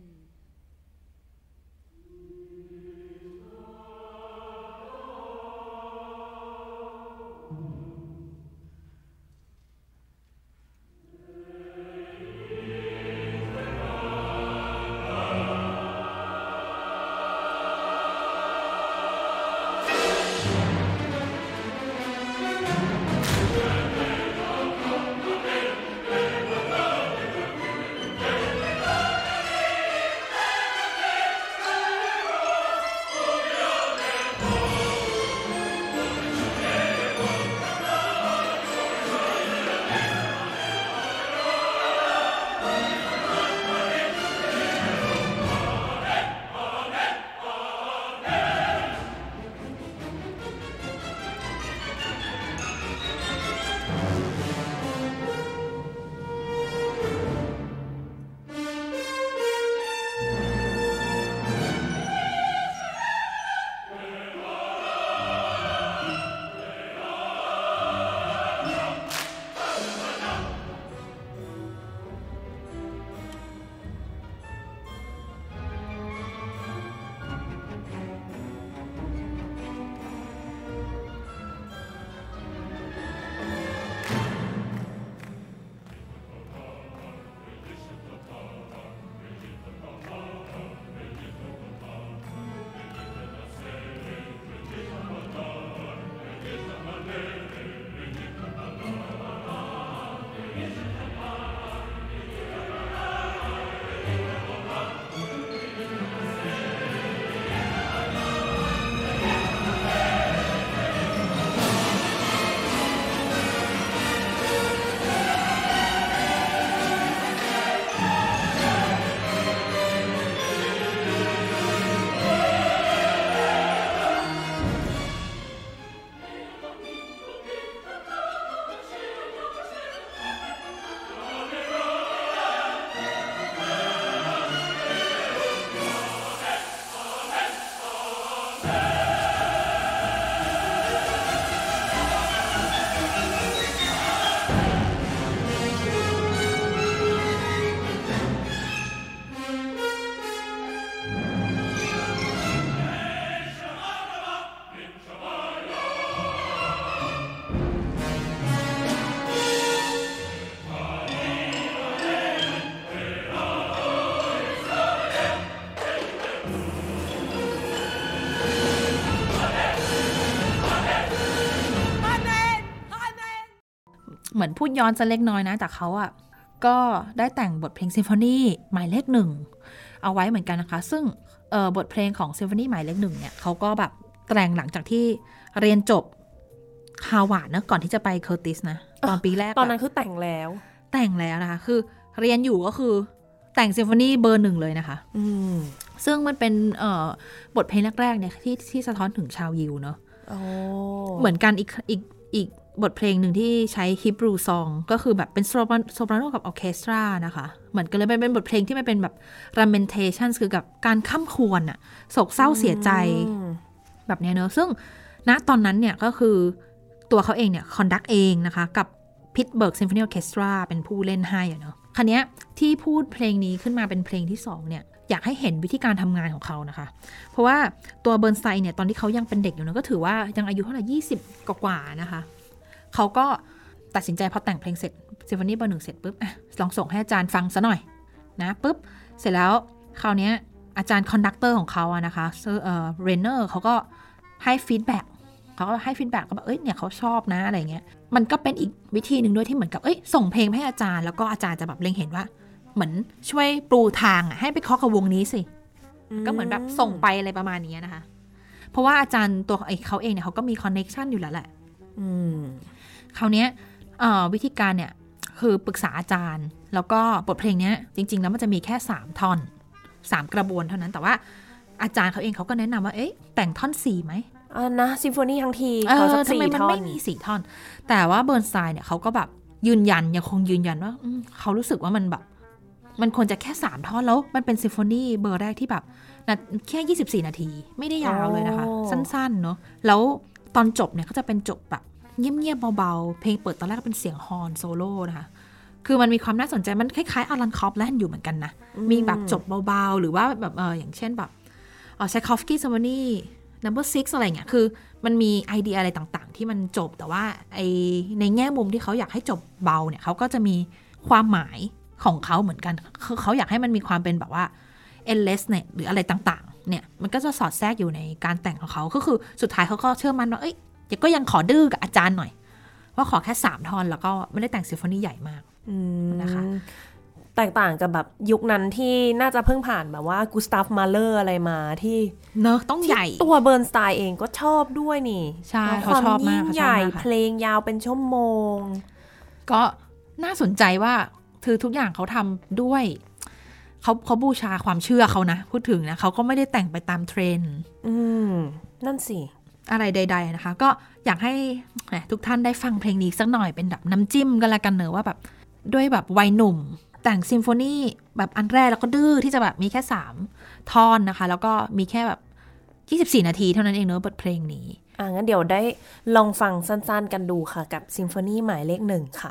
เหมือนพูดย้อนจะเล็กน้อยนะแต่เขาอะก็ได้แต่งบทเพลงซิมโฟนีหมายเลขหนึ่งเอาไว้เหมือนกันนะคะซึ่งเอ่อบทเพลงของซิมโฟนีหมายเลขหนึ่งเนี่ยเขาก็แบบแต่งหลังจากที่เรียนจบฮาวาร์ดนะก่อนที่จะไปเคอร์ติสนะตอนปีแรกตอนนั้นคือแต่งแล้วแต่งแล้วนะคะคือเรียนอยู่ก็คือแต่งซิมโฟนีเบอร์หนึ่งเลยนะคะซึ่งมันเป็นเอ่อบทเพลงแรกๆเนี่ยที่ที่สะท้อนถึงชาวยิวเนาะเหมือนกันอีกอีกอีกบทเพลงหนึ่งที่ใช้ฮิบรูซองก็คือแบบเป็นโซปราโซปราโนกับออร์เคสตรานะคะเหมือนกันเลยเป็นบทเพลงที่มันเป็นแบบ lamentation คือกับการข้ำควรอะโศกเศร้าเสียใจแบบนี้เนอะซึ่งณตอนนั้นเนี่ยก็คือตัวเขาเองเนี่ยคอนดักเองนะคะกับพิตเบิร์กซิมโฟนีออร์เคสตราเป็นผู้เล่นให้อะเนาะคราวนี้ที่พูดเพลงนี้ขึ้นมาเป็นเพลงที่สองเนี่ยอยากให้เห็นวิธีการทำงานของเขานะคะเพราะว่าตัวเบิร์นสไตน์เนี่ยตอนที่เขายังเป็นเด็กอยู่นะก็ถือว่ายังอายุเท่าไหร่ยี่สิบกว่าๆนะคะเขาก็ตัดสินใจพอแต่งเพลงเสร็จซิมโฟนีเบอร์หนึ่งเสร็จปุ๊บลองส่งให้อาจารย์ฟังซะหน่อยนะปุ๊บเสร็จแล้วคราวนี้อาจารย์คอนดักเตอร์ของเขาอะนะคะเอ่อเรนเนอร์เขาก็ให้ฟีดแบ็กเขาก็ให้ฟีดแบ็กก็แบบเอ้ยเนี่ยเขาชอบนะอะไรเงี้ยมันก็เป็นอีกวิธีหนึ่งด้วยที่เหมือนกับเอ้ยส่งเพลงให้อาจารย์แล้วก็อาจารย์จะแบบเล็งเห็นว่าเหมือนช่วยปูทางอะให้ไปเคาะกับวงนี้สิก็เหมือนแบบส่งไปอะไรประมาณนี้นะคะเพราะว่าอาจารย์ตัวเขาเองเนี่ยเขาก็มีคอนเนคชันอยู่แล้วแหละคราวนี้วิธีการเนี่ยคือปรึกษาอาจารย์แล้วก็บทเพลงนี้จริงๆแล้วมันจะมีแค่สามท่อนสามกระบวนเท่านั้นแต่ว่าอาจารย์เขาเองเขาก็แนะนำว่าเอ๊ะแต่งท่อนสี่ไหมอ่านะซิมโฟนีทั้งทีเขาสักสี่ท่อนทำไมมันไม่มีสี่ท่อนแต่ว่าเบิร์นสไตน์เนี่ยเขาก็แบบยืนยันยังคงยืนยันว่าเขารู้สึกว่ามันแบบมันควรจะแค่สามท่อนแล้วมันเป็นซิมโฟนีเบอร์แรกที่แบบแค่ยี่สิบสี่นาทีไม่ได้ยาวเลยนะคะสั้นๆเนาะแล้วตอนจบเนี่ยก็จะเป็นจบแบบเงียบๆเบาๆเพลงเปิดตอนแรกก็เป็นเสียงฮอร์นโซโล่นะคะคือมันมีความน่าสนใจมันคล้ายๆอารันคอปแลนด์อยู่เหมือนกันนะมีแบบจบเบาๆหรือว่าแบบเอออย่างเช่นแบบเออไชคอฟสกี้ซิมโฟนีนัมเบอร์ซิกอะไรเงี้ยคือมันมีไอเดียอะไรต่างๆที่มันจบแต่ว่าไอในแง่มุมที่เขาอยากให้จบเบาเนี่ยเขาก็จะมีความหมายของเขาเหมือนกันคือเขาอยากให้มันมีความเป็นแบบว่า endless เนี่ยหรืออะไรต่างๆเนี่ยมันก็จะสอดแทรกอยู่ในการแต่งของเขาก็คือสุดท้ายเขาก็เชื่อมั่นว่าเอ้ยก็ยังขอดื้อกับอาจารย์หน่อยว่าขอแค่สามท่อนแล้วก็ไม่ได้แต่งซิมโฟนีใหญ่มากนะคะแตกต่างกับแบบยุคนั้นที่น่าจะเพิ่งผ่านแบบว่ากูสตาฟมาเลอร์อะไรมาที่เนอะต้องใหญ่ตัวเบิร์นสไตน์เองก็ชอบด้วยนี่ใช่เขาชอบมากใหญ่เพลงยาวเป็นชั่วโมงก็น่าสนใจว่าคือทุกอย่างเขาทำด้วยเขาเขาบูชาความเชื่อเขานะพูดถึงนะเขาก็ไม่ได้แต่งไปตามเทรนด์อืมนั่นสิอะไรใดๆนะคะก็อยากให้ทุกท่านได้ฟังเพลงนี้สักหน่อยเป็นแบบน้ำจิ้มกันละกันเนอะว่าแบบด้วยแบบวัยหนุ่มแต่งซิมโฟนีแบบอันแรกแล้วก็ดื้อที่จะแบบมีแค่สามท่อนนะคะแล้วก็มีแค่แบบยี่สิบสี่นาทีเท่านั้นเองเนอะบทเพลงนี้อ่ะงั้นเดี๋ยวได้ลองฟังสั้นๆกันดูค่ะกับซิมโฟนีหมายเลขหนึ่งค่ะ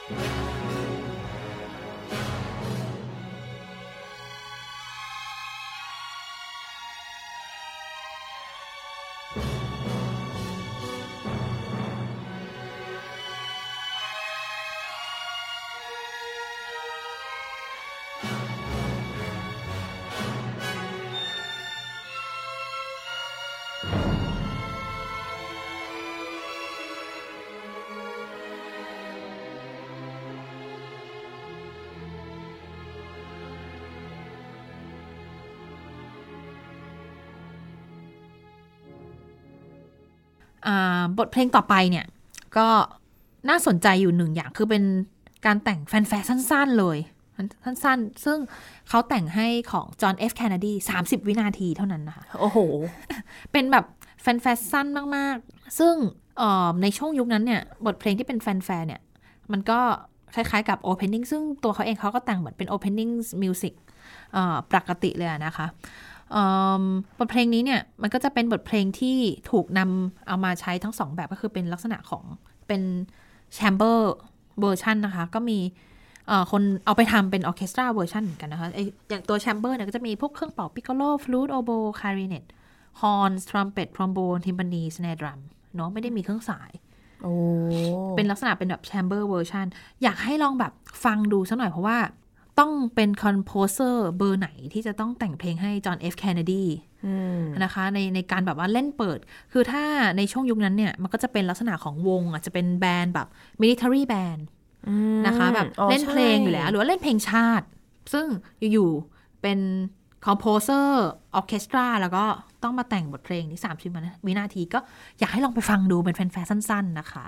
บทเพลงต่อไปเนี่ยก็น่าสนใจอยู่หนึ่งอย่างคือเป็นการแต่งแฟนแฟร์สั้นๆเลยสั้นๆซึ่งเขาแต่งให้ของจอห์น เอฟ เคนเนดีสามสิบวินาทีเท่านั้นนะคะโอ้โหเป็นแบบแฟนแฟร์สั้นมากๆซึ่งในช่วงยุคนั้นเนี่ยบทเพลงที่เป็นแฟนแฟร์เนี่ยมันก็คล้ายๆกับ opening ซึ่งตัวเขาเองเขาก็แต่งเหมือนเป็น opening music ปกติเลยนะคะบทเพลงนี้เนี่ยมันก็จะเป็นบทเพลงที่ถูกนำเอามาใช้ทั้งสองแบบก็คือเป็นลักษณะของเป็นแชมเบอร์เวอร์ชันนะคะก็มีคนเอาไปทำเป็นออเคสตราเวอร์ชันเหมือนกันนะคะอย่างตัวแชมเบอร์เนี่ยก็จะมีพวกเครื่องเป่าปิกโคโลฟลูตโอโบคลาริเนตฮอร์นทรัมเป็ตทรอมโบนทิมปานีสแนร์ดรัมเนาะไม่ได้มีเครื่องสายโอ้เป็นลักษณะเป็นแบบแชมเบอร์เวอร์ชันอยากให้ลองแบบฟังดูสักหน่อยเพราะว่าต้องเป็นคอมโพเซอร์เบอร์ไหนที่จะต้องแต่งเพลงให้จอห์น เอฟ เคนเนดีนะคะในในการแบบว่าเล่นเปิดคือถ้าในช่วงยุคนั้นเนี่ยมันก็จะเป็นลักษณะของวงอาจจะเป็นแบนด์แบบ military band นะคะแบบเล่นเพลงอยู่แล้วหรือว่าเล่นเพลงชาติซึ่งอยู่ๆเป็นคอมโพเซอร์ออเคสตราแล้วก็ต้องมาแต่งบทเพลงที่สามสิบวินาทีก็อยากให้ลองไปฟังดูเป็นแฟนๆสั้นๆนะคะ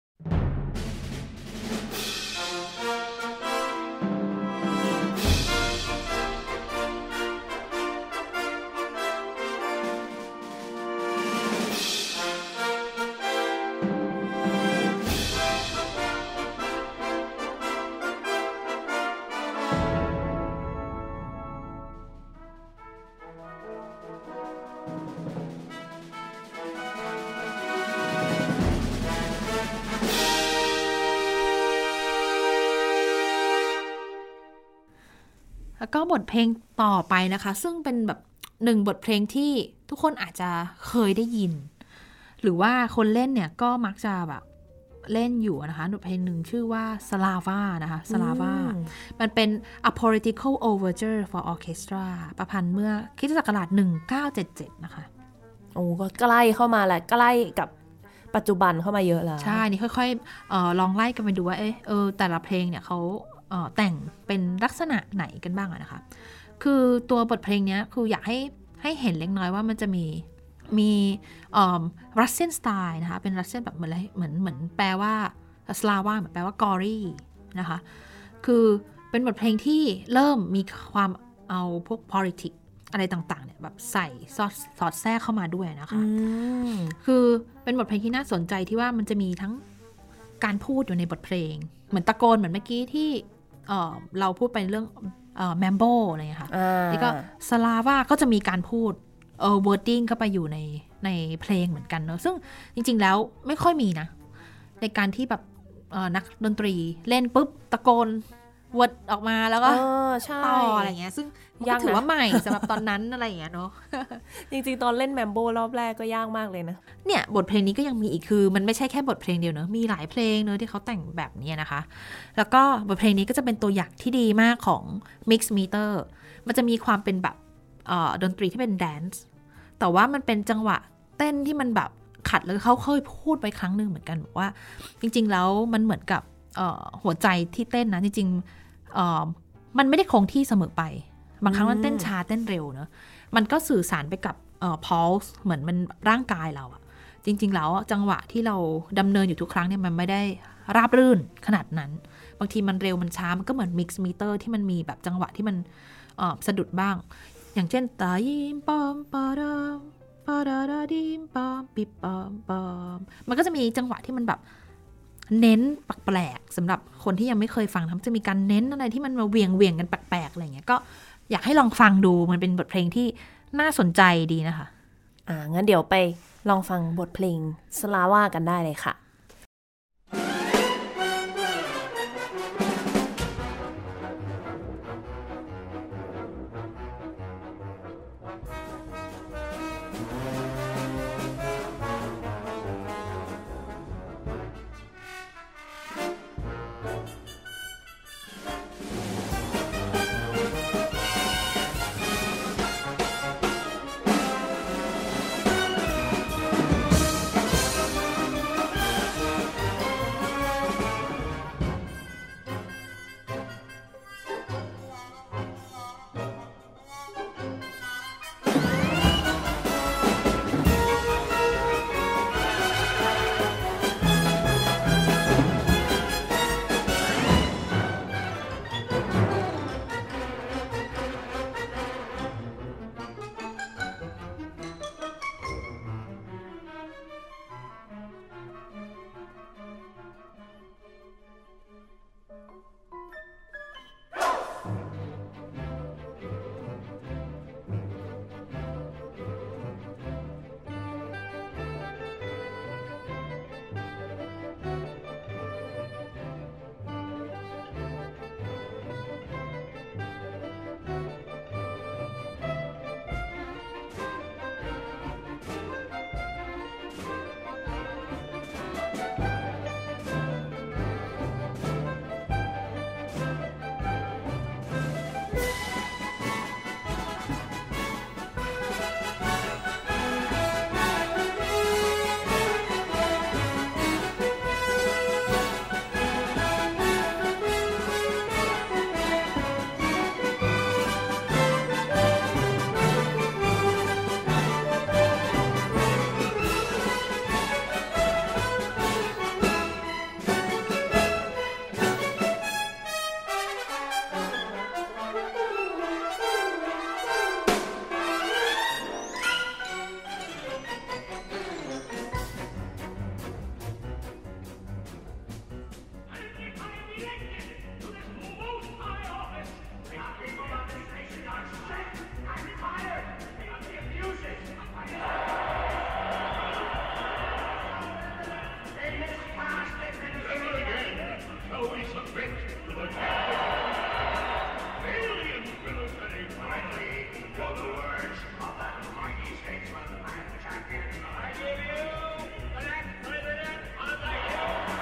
แล้วก็บทเพลงต่อไปนะคะซึ่งเป็นแบบหนึ่งบทเพลงที่ทุกคนอาจจะเคยได้ยินหรือว่าคนเล่นเนี่ยก็มักจะแบบเล่นอยู่นะคะบทเพลงหนึ่งชื่อว่า Slava นะคะ Slava มันเป็น A Political Overture for Orchestra ประพันธ์เมื่อคริสตศักราชหนึ่งพันเก้าร้อยเจ็ดสิบเจ็ดนะคะโอ้ก็ใกล้เข้ามาแหละใกล้กับปัจจุบันเข้ามาเยอะแล้วใช่นี่ค่อยๆเอ่อลองไล่กันไปดูว่าเออเออแต่ละเพลงเนี่ยเขาแต่งเป็นลักษณะไหนกันบ้างอะนะคะคือตัวบทเพลงนี้คืออยากให้ให้เห็นเล็กน้อยว่ามันจะมีมีรัสเซียนสไตล์นะคะเป็นรัสเซียนแบบเหมือนเหมือนเหมือนแปลว่าสลาวาเหมือนแปลว่ากอรี่นะคะคือเป็นบทเพลงที่เริ่มมีความเอาพวก politics อะไรต่างๆเนี่ยแบบใส่สอดสอดแทรกเข้ามาด้วยนะคะคือเป็นบทเพลงที่น่าสนใจที่ว่ามันจะมีทั้งการพูดอยู่ในบทเพลงเหมือนตะโกนเหมือนเมื่อกี้ที่เอ่อเราพูดไปเรื่องเอ่อแมมโบอะไรอย่างเงี้ยค่ะแล้วก็สลาวาก็จะมีการพูดเอ่อ wording เข้าไปอยู่ในในเพลงเหมือนกันเนอะซึ่งจริงๆแล้วไม่ค่อยมีนะในการที่แบบเอ่อนักดนตรีเล่นปุ๊บตะโกนวดออกมาแล้วก็ต่ออะไรเงี้ยซึ่งยังถือว่าใหม่สำหรับตอนนั้นอะไรอย่างเงี้ยเนาะจริงๆตอนเล่นแมมโบรอบแรกก็ยากมากเลยนะเนี่ยบทเพลงนี้ก็ยังมีอีกคือมันไม่ใช่แค่บทเพลงเดียวเนอะมีหลายเพลงเนอะที่เขาแต่งแบบนี้นะคะแล้วก็บทเพลงนี้ก็จะเป็นตัวอย่างที่ดีมากของ Mix Meter มันจะมีความเป็นแบบดนตรีที่เป็นแดนซ์แต่ว่ามันเป็นจังหวะเต้นที่มันแบบขัดแล้วเขาเคยพูดไปครั้งนึงเหมือนกันบอกว่าจริงๆแล้วมันเหมือนกับหัวใจที่เต้นนะจริงๆมันไม่ได้คงที่เสมอไปบางครั้งมันเต้นช้าเต้นเร็วเนอะมันก็สื่อสารไปกับเอ่อ pulse เหมือนมันร่างกายเราอะจริงๆแล้วจังหวะที่เราดำเนินอยู่ทุกครั้งเนี่ยมันไม่ได้ราบรื่นขนาดนั้นบางทีมันเร็วมันช้ามันก็เหมือน mix meter ที่มันมีแบบจังหวะที่มันเอ่อสะดุดบ้างอย่างเช่นตายิมปอมปาดามปาดาดาดิมปอมปิปอมปอมมันก็จะมีจังหวะที่มันแบบเน้นแปลกๆสำหรับคนที่ยังไม่เคยฟังมันจะมีการเน้นอะไรที่มันมาเวียงเวียงกันแปลกๆอะไรเงี้ยก็อยากให้ลองฟังดูมันเป็นบทเพลงที่น่าสนใจดีนะคะอ่างั้นเดี๋ยวไปลองฟังบทเพลงสลาวากันได้เลยค่ะ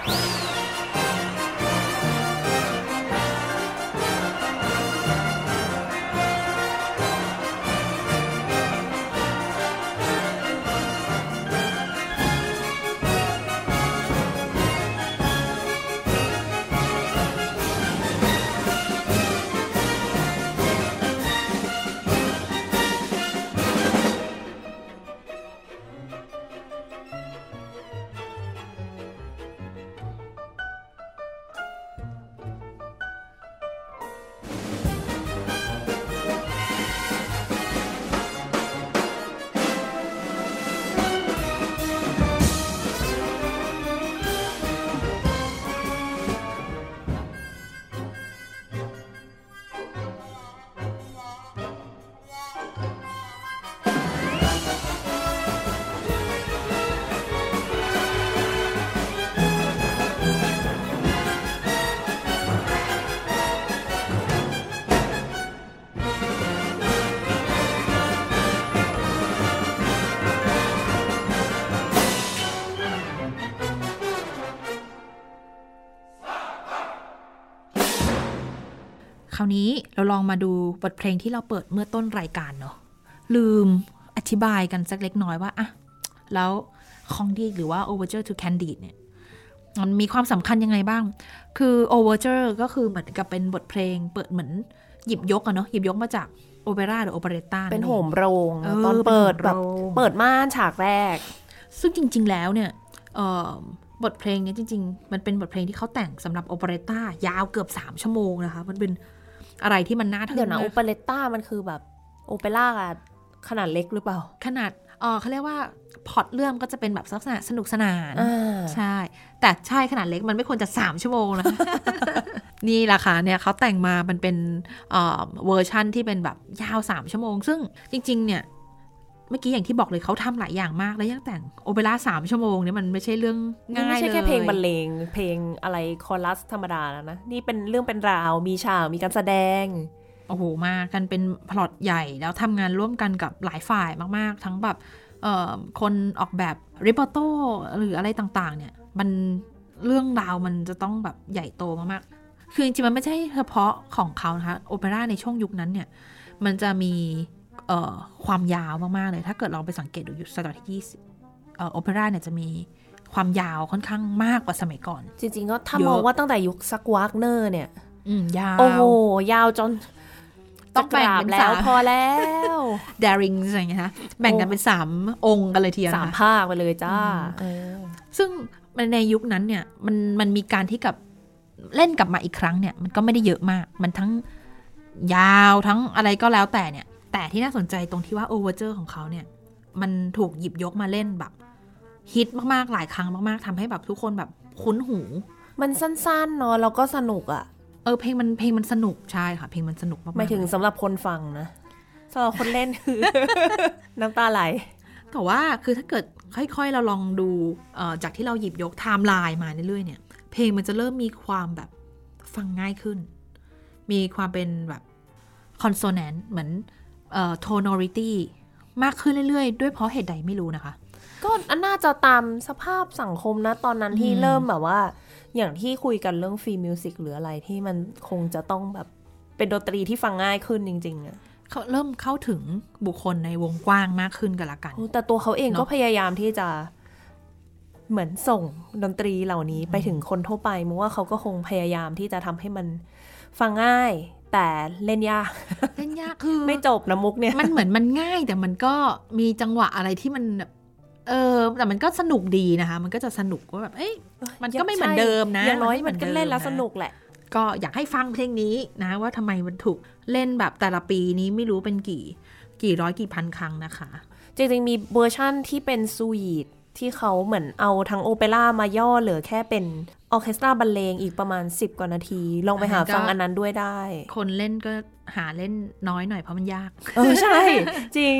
คราวนี้เราลองมาดูบทเพลงที่เราเปิดเมื่อต้นรายการเนาะลืมอธิบายกันสักเล็กน้อยว่าอะแล้วคองดีหรือว่า Overture to Candide เนี่ยมันมีความสำคัญยังไงบ้างคือ Overture ก็คือเหมือนกับเป็นบทเพลงเปิดเหมือนหยิบยกอะเนาะหยิบยกมาจากโอเปร่าหรือโอเปเรตตาเป็นโหมโรงตอนเปิดแบบเปิดม่านฉากแรกซึ่งจริงๆแล้วเนี่ยบทเพลงนี้จริงๆมันเป็นบทเพลงที่เขาแต่งสำหรับโอเปเรตตายาวเกือบสามชั่วโมงนะคะมันเป็นอะไรที่มันน่าทึ่งเดี๋ยวนะโอเปเรตตามันคือแบบโอเปร่าขนาดเล็กหรือเปล่าขนาดเออเขาเรียกว่าพล็อตเรื่องก็จะเป็นแบบลักษณะสนุกสนานใช่แต่ใช่ขนาดเล็กมันไม่ควรจะสามชั่วโมงนะ นี่แหละค่ะเนี่ยเขาแต่งมามันเป็นเอ่อเวอร์ชั่นที่เป็นแบบยาวสามชั่วโมงซึ่งจริงๆเนี่ยเมื่อกี้อย่างที่บอกเลยเขาทำหลายอย่างมากแล้วยังแต่งโอเปร่าสามชั่วโมงเนี่ยมันไม่ใช่เรื่องง่ายเลยไม่ใช่แค่เพลงบรรเลงเพลงอะไรคอรัสธรรมดาแล้วนะนี่เป็นเรื่องเป็นราวมีฉากมีการแสดงโอ้โหมากันเป็นพล็อตใหญ่แล้วทำงานร่วมกันกับหลายฝ่ายมากๆทั้งแบบคนออกแบบริปอโต้หรืออะไรต่างๆเนี่ยมันเรื่องราวมันจะต้องแบบใหญ่โตมากๆคือจริงๆมันไม่ใช่เฉพาะของเขานะคะโอเปร่าในช่วงยุคนั้นเนี่ยมันจะมีความยาวมากๆเลยถ้าเกิดลองไปสังเกตดูยุคศตวรรษที่ยี่สิบโอเปร่าเนี่ยจะมีความยาวค่อนข้างมากกว่าสมัยก่อนจริงๆก็ถ้ามองว่าตั้งแต่ยุคซักวากเนอร์เนี่ยยาวโอ้โหยาวจนต้องแบ่งเป็นแล้วพอแล้วดาริงอะไรอย่างเงี้ยนะแบ่งกันเป็นสามองค์กันเลยทีเดียวสามภาคไปเลยจ้าซึ่งในยุคนั้นเนี่ยมันมันมีการที่กับเล่นกลับมาอีกครั้งเนี่ยมันก็ไม่ได้เยอะมากมันทั้งยาวทั้งอะไรก็แล้วแต่เนี่ยแต่ที่น่าสนใจตรงที่ว่าโอเวอร์เจอร์ของเขาเนี่ยมันถูกหยิบยกมาเล่นแบบฮิตมากๆหลายครั้งมากๆทำให้แบบทุกคนแบบคุ้นหูมันสั้นๆเนาะแล้วก็สนุกอ่ะเออเพลงมันเพลงมันสนุกใช่ค่ะเพลงมันสนุกมากๆหมายถึงสำหรับคนฟังนะสำหรับคนเล่นคือ น้ำตาไหลแต่ว่าคือถ้าเกิดค่อยๆเราลองดูจากที่เราหยิบยกไทม์ไลน์มาเรื่อยๆเนี่ยเพลงมันจะเริ่มมีความแบบฟังง่ายขึ้นมีความเป็นแบบคอนโซแนนต์เหมือนเอ่อ tonality มากขึ้นเรื่อยๆด้วยเพราะเหตุใดไม่รู้นะคะก็น่าจะตามสภาพสังคมนะตอนนั้นที่เริ่มแบบว่าอย่างที่คุยกันเรื่องฟรีมิวสิกหรืออะไรที่มันคงจะต้องแบบเป็นดนตรีที่ฟังง่ายขึ้นจริงๆอะเขาเริ่มเข้าถึงบุคคลในวงกว้างมากขึ้นกันละกันแต่ตัวเขาเองก็พยายามที่จะเหมือนส่งดนตรีเหล่านี้ไปถึงคนทั่วไปมั้งว่าเขาก็คงพยายามที่จะทำให้มันฟังง่ายแต่เล่นยากเล่นยากคือไม่จบนะมุกเนี่ยมันเหมือนมันง่ายแต่มันก็มีจังหวะอะไรที่มันเออแต่มันก็สนุกดีนะคะมันก็จะสนุกว่าแบบเอ้ยมันก็ไม่เหมือนเดิมนะอย่างน้อยมันก็เล่นแล้วสนุกแหละก็อยากให้ฟังเพลงนี้นะว่าทำไมมันถูกเล่นแบบแต่ละปีนี้ไม่รู้เป็นกี่กี่ร้อยกี่พันครั้งนะคะจริงๆมีเวอร์ชั่นที่เป็นซูวีทที่เขาเหมือนเอาทั้งโอเปร่ามาย่อเหลือแค่เป็นออร์เคสตราบรรเลงอีกประมาณสิบกว่านาทีลองไปหาฟังอันนั้นด้วยได้คนเล่นก็หาเล่นน้อยหน่อยเพราะมันยากเออใช่จริง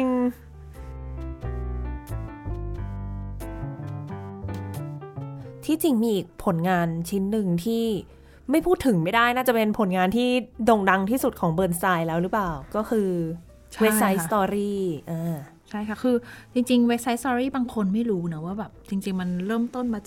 ที่จริงมีอีกผลงานชิ้นหนึ่งที่ไม่พูดถึงไม่ได้น่าจะเป็นผลงานที่โด่งดังที่สุดของเบิร์นสไตน์แล้วหรือเปล่าก็คือ West Side Story อ่าใช่ค่ะคือจริงๆ West Side Story บางคนไม่รู้นะว่าแบบจริงๆมันเริ่มต้นมาจาก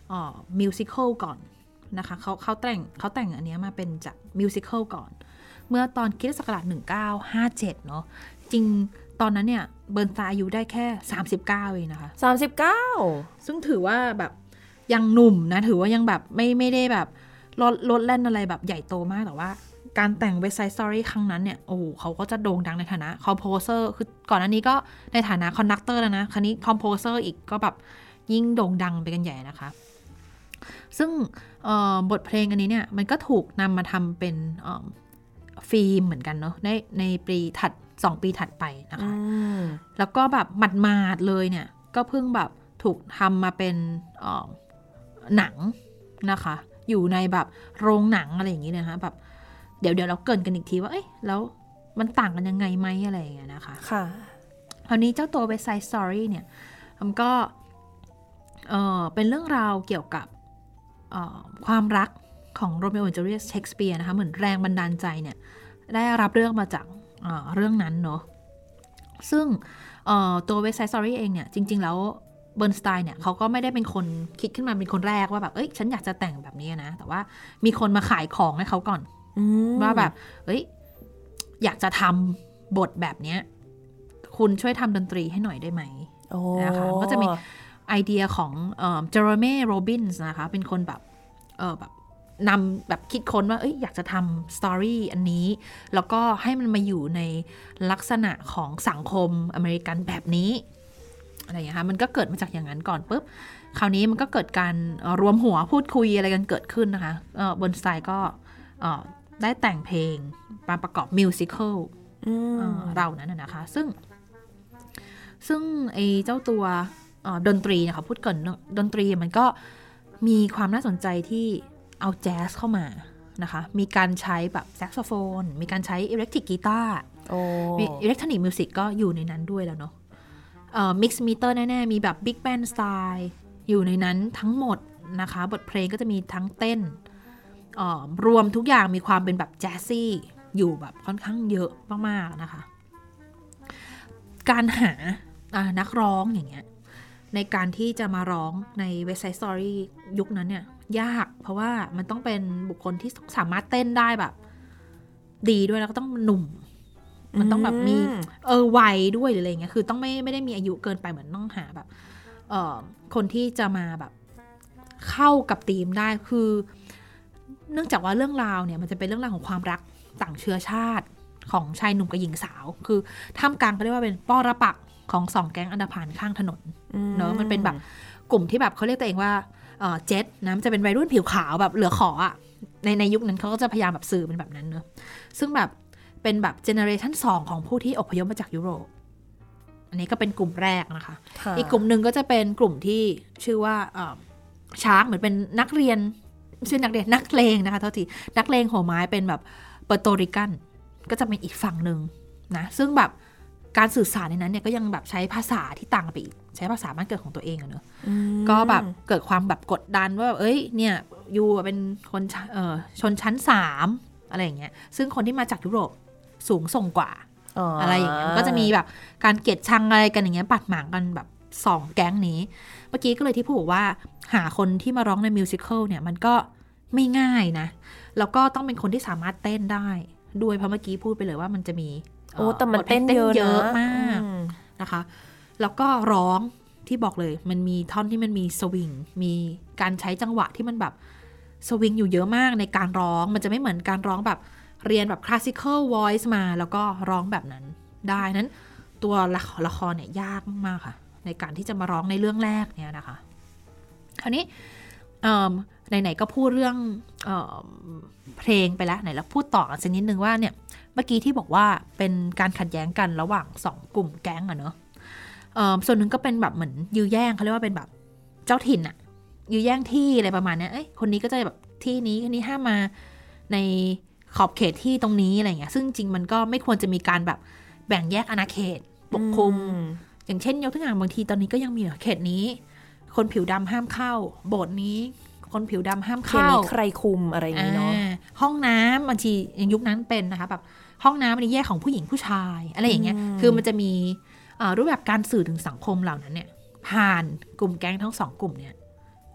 มิวสิควลก่อนนะคะเขาเขาแต่งเขาแต่งอันนี้มาเป็นจากมิวสิควลก่อนเมื่อตอนคริสตศักราชหนึ่งพันเก้าร้อยห้าสิบเจ็ดเนาะจริงตอนนั้นเนี่ยเบิร์นสไตน์อายุได้แค่สามสิบเก้าเองนะคะสามสิบเก้าซึ่งถือว่าแบบยังหนุ่มนะถือว่ายังแบบไม่ไม่ได้แบบลดลดแล่นอะไรแบบใหญ่โตมากแต่ว่าการแต่ง West Side Story ครั้งนั้นเนี่ยโอ้เขาก็จะโด่งดังในฐานะคอมโพเซอร์คือก่อนหน้านี้ก็ในฐานะคอนดักเตอร์แล้วนะคราวนี้คอมโพเซอร์อีกก็แบบยิ่งโด่งดังไปกันใหญ่นะคะซึ่งบทเพลงอันนี้เนี่ยมันก็ถูกนำมาทำเป็นฟิล์มเหมือนกันเนาะในในปีถัดสองปีถัดไปนะคะแล้วก็แบบหมาดๆเลยเนี่ยก็เพิ่งแบบถูกทำมาเป็นหนังนะคะอยู่ในแบบโรงหนังอะไรอย่างนี้นะคะแบบเดี๋ยวเดี๋ยวเราเกริ่นกันอีกทีว่าเอ้ยแล้วมันต่างกันยังไงไหมอะไรอย่างเงี้ยนะคะค่ะคราวนี้เจ้าตัว West Side Story เนี่ยมันก็เออเป็นเรื่องราวเกี่ยวกับความรักของโรเมโอและจูเลียสเชคสเปียร์นะคะเหมือนแรงบันดาลใจเนี่ยได้รับเรื่องมาจากเ, เรื่องนั้นเนาะซึ่งตัว West Side Story เองเนี่ยจริงๆแล้วเบิร์นสไตน์เนี่ยเขาก็ไม่ได้เป็นคนคิดขึ้นมาเป็นคนแรกว่าแบบเอ้ยฉันอยากจะแต่งแบบนี้นะแต่ว่ามีคนมาขายของให้เขาก่อนว่าแบบเอ้ยอยากจะทำบทแบบนี้คุณช่วยทำดนตรีให้หน่อยได้ไหมนะคะก็จะมีไอเดียของเจอร์เม่โรบินส์นะคะเป็นคนแบบเออแบบนำแบบคิดค้นว่าเอ้ยอยากจะทำสตอรี่อันนี้แล้วก็ให้มันมาอยู่ในลักษณะของสังคมอเมริกันแบบนี้อะไรอย่างเงี้ยค่ะมันก็เกิดมาจากอย่างนั้นก่อนปุ๊บคราวนี้มันก็เกิดการรวมหัวพูดคุยอะไรกันเกิดขึ้นนะคะเบิร์นสไตน์ก็ได้แต่งเพลงมาประกอบมิวสิควลเรานั้นนะคะซึ่งซึ่งไอ้เจ้าตัวดนตรีนะคะพูดก่อนดนตรีมันก็มีความน่าสนใจที่เอาแจ๊สเข้ามานะคะมีการใช้แบบแซกโซโฟนมีการใช้อิเล็กทริกกีตาร์มีอิเล็กทรอนิกส์มิวสิกก็อยู่ในนั้นด้วยแล้วเนาะมิกซ์มิเตอร์แน่ๆมีแบบบิ๊กแบนด์สไตล์อยู่ในนั้นทั้งหมดนะคะบทเพลงก็จะมีทั้งเต้นรวมทุกอย่างมีความเป็นแบบแจ๊สซี่อยู่แบบค่อนข้างเยอะมากๆนะคะการหานักร้องอย่างเงี้ยในการที่จะมาร้องใน West Side Story ยุคนั้นเนี่ยยากเพราะว่ามันต้องเป็นบุคคลที่สามารถเต้นได้แบบดีด้วยแล้วก็ต้องหนุ่มมันต้องแบบมีเออวัยด้วยหรืออะไรเงี้ยคือต้องไม่ไม่ได้มีอายุเกินไปเหมือนต้องหาแบบเอ่อคนที่จะมาแบบเข้ากับธีมได้คือเนื่องจากว่าเรื่องราวเนี่ยมันจะเป็นเรื่องราวของความรักต่างเชื้อชาติของชายหนุ่มกับหญิงสาวคือท่ามกลางเขาเรียกว่าเป็นปรปักษ์ของสองแก๊งอันธพาลข้างถนนเนอะมันเป็นแบบกลุ่มที่แบบเขาเรียกตัวเองว่าเจ็ตนะมันจะเป็นวัยรุ่นผิวขาวแบบเหลือขออ่ะในในยุคนั้นเขาก็จะพยายามแบบสื่อเป็นแบบนั้นเนอะซึ่งแบบเป็นแบบเจเนอเรชันสองของผู้ที่อพยพมาจากยุโรปอันนี้ก็เป็นกลุ่มแรกนะคะอีกกลุ่มหนึ่งก็จะเป็นกลุ่มที่ชื่อว่าชาร์กเหมือนเป็นนักเรียนชื่อนักเรียนนักเลงนะคะเท่าที่นักเลงหัวไม้เป็นแบบเปอร์โตริกันก็จะเป็นอีกฝั่งหนึ่งนะซึ่งแบบการสื่อสารในนั้นเนี่ยก็ยังแบบใช้ภาษาที่ต่างไปอีกใช้ภาษาบ้านเกิดของตัวเองอะเนอะก็แบบเกิดความแบบกดดันว่าเอ้ยเนี่ยยูเป็นคนเอ่อชนชั้นสามอะไรอย่างเงี้ยซึ่งคนที่มาจากยุโรปสูงส่งกว่า อ, อะไรอย่างเงี้ยก็จะมีแบบการเกลียดชังอะไรกันอย่างเงี้ยปัดหมางกันแบบสองแก๊งนี้เมื่อกี้ก็เลยที่พูดว่าหาคนที่มาร้องในมิวสิควลเนี่ยมันก็ไม่ง่ายนะแล้วก็ต้องเป็นคนที่สามารถเต้นได้ด้วยเพราะเมื่อกี้พูดไปเลยว่ามันจะมีโอ้แต่มันเต้นเยอะเยอะมากนะคะแล้วก็ร้องที่บอกเลยมันมีท่อนที่มันมีสวิงมีการใช้จังหวะที่มันแบบสวิงอยู่เยอะมากในการร้องมันจะไม่เหมือนการร้องแบบเรียนแบบ classical voice มาแล้วก็ร้องแบบนั้นได้นั้นตัวละครเนี่ยยากมากค่ะในการที่จะมาร้องในเรื่องแรกเนี่ยนะคะคราวนี้ไหนๆก็พูดเรื่องเอ่อเพลงไปแล้วไหนแล้วพูดต่อกันสักนิดนึงว่าเนี่ยเมื่อกี้ที่บอกว่าเป็นการขัดแย้งกันระหว่างสองกลุ่มแก๊งอะเนอะส่วนหนึ่งก็เป็นแบบเหมือนยื้อแย่งเขาเรียกว่าเป็นแบบเจ้าถิ่นอะยื้อแย่งที่อะไรประมาณนี้เอ้ยคนนี้ก็จะแบบที่นี้คนนี้ห้ามมาในขอบเขตที่ตรงนี้อะไรเงี้ยซึ่งจริงมันก็ไม่ควรจะมีการแบบแบ่งแยกอาณาเขตปกคลุมอย่างเช่นยกตัวอย่างบางทีตอนนี้ก็ยังมีเขตนี้คนผิวดำห้ามเข้าโบสถ์นี้คนผิวดำห้ามเข้าใครคุมอะไรอย่างนี้เนาะห้องน้ำบางทีอย่างยุคนั้นเป็นนะคะแบบห้องน้ำมันแยกของผู้หญิงผู้ชายอะไรอย่างเงี้ยคือมันจะมีรูปแบบการสื่อถึงสังคมเหล่านั้นเนี่ยผ่านกลุ่มแก๊งทั้งสองกลุ่มเนี่ย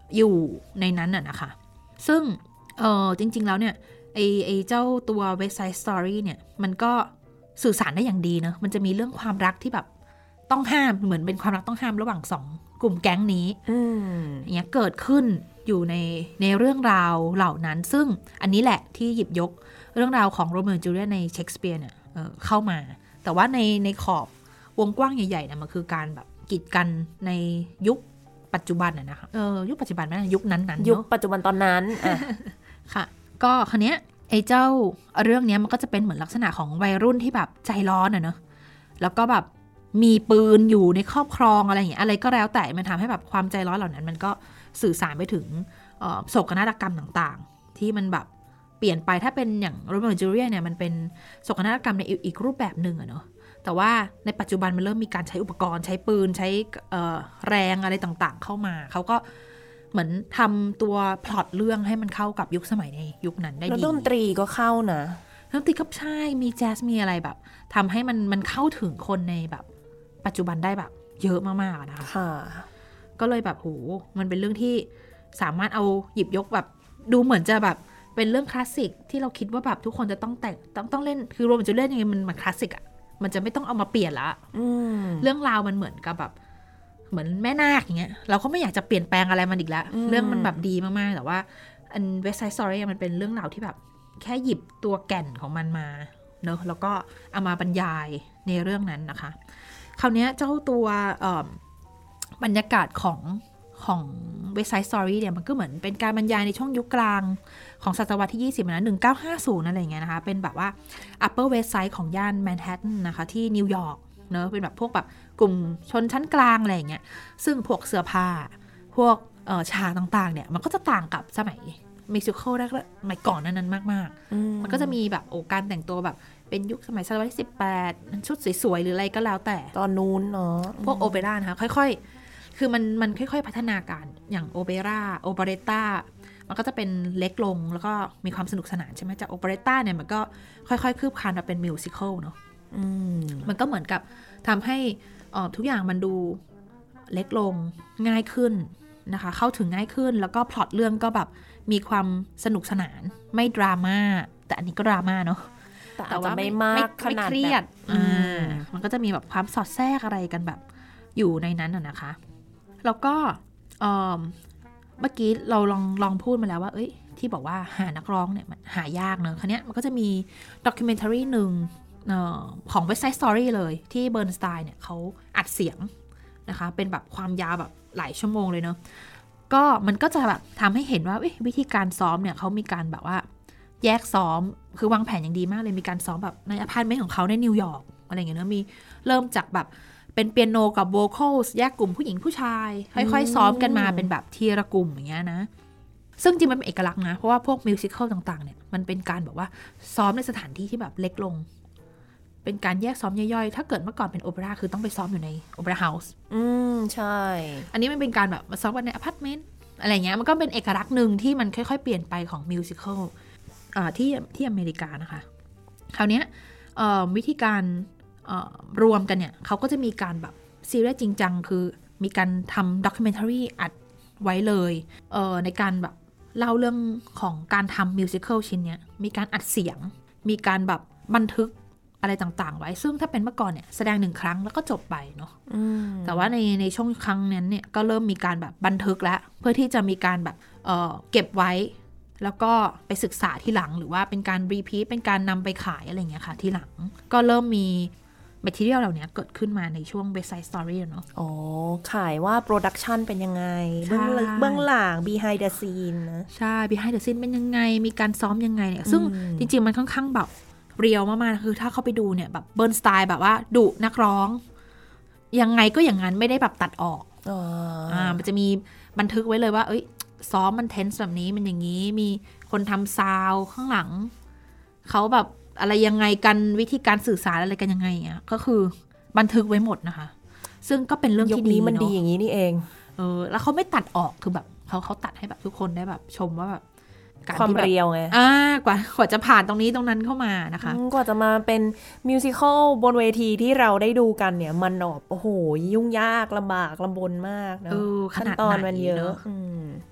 อยู่ในนั้นน่ะนะคะซึ่งเออจริงๆแล้วเนี่ยไอไอเจ้าตัว West Side Story เนี่ยมันก็สื่อสารได้อย่างดีเนอะมันจะมีเรื่องความรักที่แบบต้องห้ามเหมือนเป็นความรักต้องห้ามระหว่างสองกลุ่มแก๊งนี้อย่างเงี้ยเกิดขึ้นอยู่ในในเรื่องราวเหล่านั้นซึ่งอันนี้แหละที่หยิบยกเรื่องราวของโรเมโอและจูเลียตในเชคสเปียร์เนี่ย เอ่อ เข้ามาแต่ว่าในในขอบวงกว้างใหญ่ๆเนี่ยมันคือการแบบกีดกันในยุคปัจจุบันน่ะนะคะเออยุคปัจจุบันไม่ใช่ยุคนั้นๆยุคปัจจุบันตอนนั้นค่ะก็คราวเนี้ยไอ้เจ้าเรื่องนี้มันก็จะเป็นเหมือนลักษณะของวัยรุ่นที่แบบใจร้อนอ่ะเนอะแล้วก็แบบมีปืนอยู่ในครอบครองอะไรอย่างเงี้ยอะไรก็แล้วแต่มันทำให้แบบความใจร้อนเหล่านั้นมันก็สื่อสารไปถึงโศกนาฏกรรมต่างๆที่มันแบบเปลี่ยนไปถ้าเป็นอย่างโรเมโอและจูเลียตเนี่ยมันเป็นโศกนาฏกรรมในอีกรูปแบบหนึ่งอะเนาะแต่ว่าในปัจจุบันมันเริ่มมีการใช้อุปกรณ์ใช้ปืนใช้แรงอะไรต่างๆเข้ามาเขาก็เหมือนทำตัวพล็อตเรื่องให้มันเข้ากับยุคสมัยในยุคนั้นได้ดีแล้วดนตรีก็เข้านะดนตรีก็ใช่มีแจ๊สมีอะไรแบบทำให้มันมันเข้าถึงคนในแบบปัจจุบันได้แบบเยอะมากๆนะคะค่ะก็เลยแบบโหมันเป็นเรื่องที่สามารถเอาหยิบยกแบบดูเหมือนจะแบบเป็นเรื่องคลาสสิกที่เราคิดว่าแบบทุกคนจะต้องแต่งต้องต้องเล่นคือโรเมโอและจูเลียตยังไงมันมันคลาสสิกอ่ะมันจะไม่ต้องเอามาเปลี่ยนละเรื่องราวมันเหมือนกับแบบเหมือนแม่นาคอย่างเงี้ยเราก็ไม่อยากจะเปลี่ยนแปลงอะไรมันอีกแล้วเรื่องมันแบบดีมากๆแต่ว่าอัน West Side Story มันเป็นเรื่องราวที่แบบแค่หยิบตัวแก่นของมันมาเนอะแล้วก็เอามาบรรยายในเรื่องนั้นนะคะคราวนี้เจ้าตัวบรรยากาศของของ West Side Story เนี่ยมันก็เหมือนเป็นการบรรยายในช่วงยุคกลางของศตวรรษที่ยี่สิบนะหนึ่งพันเก้าร้อยห้าสิบอะไรอย่างเงี้ยนะคะเป็นแบบว่า Upper West Side ของย่านแมนฮัตตันนะคะที่นิวยอร์กเนอะเป็นแบบพวกแบบกลุ่มชนชั้นกลางอะไรอย่างเงี้ยซึ่งพวกเสื้อผ้าพวกฉากต่างๆเนี่ยมันก็จะต่างกับสมัยมิวสิคอลแรกๆสมัยก่อนนั้นๆมากๆมันก็จะมีแบบโอ้การแต่งตัวแบบเป็นยุคสมัยศตวรรษที่สิบแปดชุดสวยๆหรืออะไรก็แล้วแต่ตอนนู้นเนาะพวกโอเปร่านะคะค่อยๆคือมันมันค่อยๆพัฒนาการอย่างโอเปร่าโอเปเรตตามันก็จะเป็นเล็กลงแล้วก็มีความสนุกสนานใช่ไหมจากโอเปเรตตาเนี่ยมันก็ค่อยๆคืบคลานมาเป็นมิวสิคอลเนาะมันก็เหมือนกับทำให้ทุกอย่างมันดูเล็กลงง่ายขึ้นนะคะเข้าถึงง่ายขึ้นแล้วก็พล็อตเรื่องก็แบบมีความสนุกสนานไม่ดราม่าแต่อันนี้ก็ดราม่าเนาะแต่ว่าไม่มากขนาดเครียดมันก็จะมีแบบความสอดแทรกอะไรกันแบบอยู่ในนั้นน่ะนะคะแล้วก็เมื่อกี้เราลองลองพูดมาแล้วว่าเอ้ยที่บอกว่าหานักร้องเนี่ยมันหายากเนอะคราวนี้มันก็จะมีด็อกิเมนทารีหนึ่งของ West Side Story เลยที่เบิร์นสไตน์เนี่ยเขาอัดเสียงนะคะเป็นแบบความยาวแบบหลายชั่วโมงเลยเนาะก็มันก็จะแบบทำให้เห็นว่าวิธีการซ้อมเนี่ยเขามีการแบบว่าแยกซ้อมคือวางแผนอย่างดีมากเลยมีการซ้อมแบบในอพาร์ตเมนต์ของเขาในนิวยอร์กอะไรอย่างเงี้ยนะมีเริ่มจากแบบเป็นเปียโนกับโวคอลแยกกลุ่มผู้หญิงผู้ชายค่อยๆซ้อมกันมาเป็นแบบทีละกลุ่มอย่างเงี้ยนะซึ่งจริงมันเป็นเอกลักษณ์นะเพราะว่าพวกมิวสิคอลต่างๆเนี่ยมันเป็นการแบบว่าซ้อมในสถานที่ที่แบบเล็กลงเป็นการแยกซ้อมย่อยๆถ้าเกิดเมื่อก่อนเป็นโอเปร่าคือต้องไปซ้อมอยู่ในโอเปร่าเฮาส์อืมใช่อันนี้มันเป็นการแบบมาซ้อมกันในอพาร์ตเมนต์อะไรเงี้ยมันก็เป็นเอกลักษณ์หนึ่งที่มันค่อยๆเปลี่ยนไปของมิวสิคอลที่ที่อเมริกานะคะคราวนี้วิธีการรวมกันเนี่ยเขาก็จะมีการแบบซีเรียสจริงจังคือมีการทำด็อกิเมนทารีอัดไว้เลยในการแบบเล่าเรื่องของการทำมิวสิคอลชิ้นเนี้ยมีการอัดเสียงมีการแบบบันทึกอะไรต่างๆไว้ซึ่งถ้าเป็นเมื่อก่อนเนี่ยแสดงหนึ่งครั้งแล้วก็จบไปเนาะแต่ว่าในในช่วงครั้งนั้นเนี่ยก็เริ่มมีการแบบบันทึกแล้วเพื่อที่จะมีการแบบ เอ่อ เก็บไว้แล้วก็ไปศึกษาที่หลังหรือว่าเป็นการรีพีทเป็นการนำไปขายอะไรอย่างเงี้ยค่ะที่หลังก็เริ่มมีแมททีเรียลเหล่านี้เกิดขึ้นมาในช่วง West Side Story เนาะอ๋อขายว่าโปรดักชันเป็นยังไงเบื้องเบื้องหลัง behind the scene นะใช่ behind the scene เป็นยังไงมีการซ้อมยังไงเนี่ยซึ่งจริงๆมันค่อนข้างแบบเรียวมากๆคือถ้าเข้าไปดูเนี่ยแบบเบิร์นสไตล์แบบว่าดุนักร้องยังไงก็อย่างนั้นไม่ได้แบบตัดออกอ่ามันจะมีบันทึกไว้เลยว่าเอ้ยซ้อมมันเทนส์แบบนี้มันอย่างนี้มีคนทำซาวข้างหลังเขาแบบอะไรยังไงกันวิธีการสื่อสารอะไรกันยังไงอ่ะก็คือบันทึกไว้หมดนะคะซึ่งก็เป็นเรื่องที่ดีมันดีอย่างนี้นี่เองเออแล้วเขาไม่ตัดออกคือแบบเขาเขาตัดให้แบบทุกคนได้แบบชมว่าแบบความเรียวไงอ่ากว่ากว่าจะผ่านตรงนี้ตรงนั้นเข้ามานะคะกว่าจะมาเป็นมิวสิคอลบนเวทีที่เราได้ดูกันเนี่ยมันแบบโอ้โหยุ่งยากลำบากลำบนมากนะขั้นตอนมันเยอะ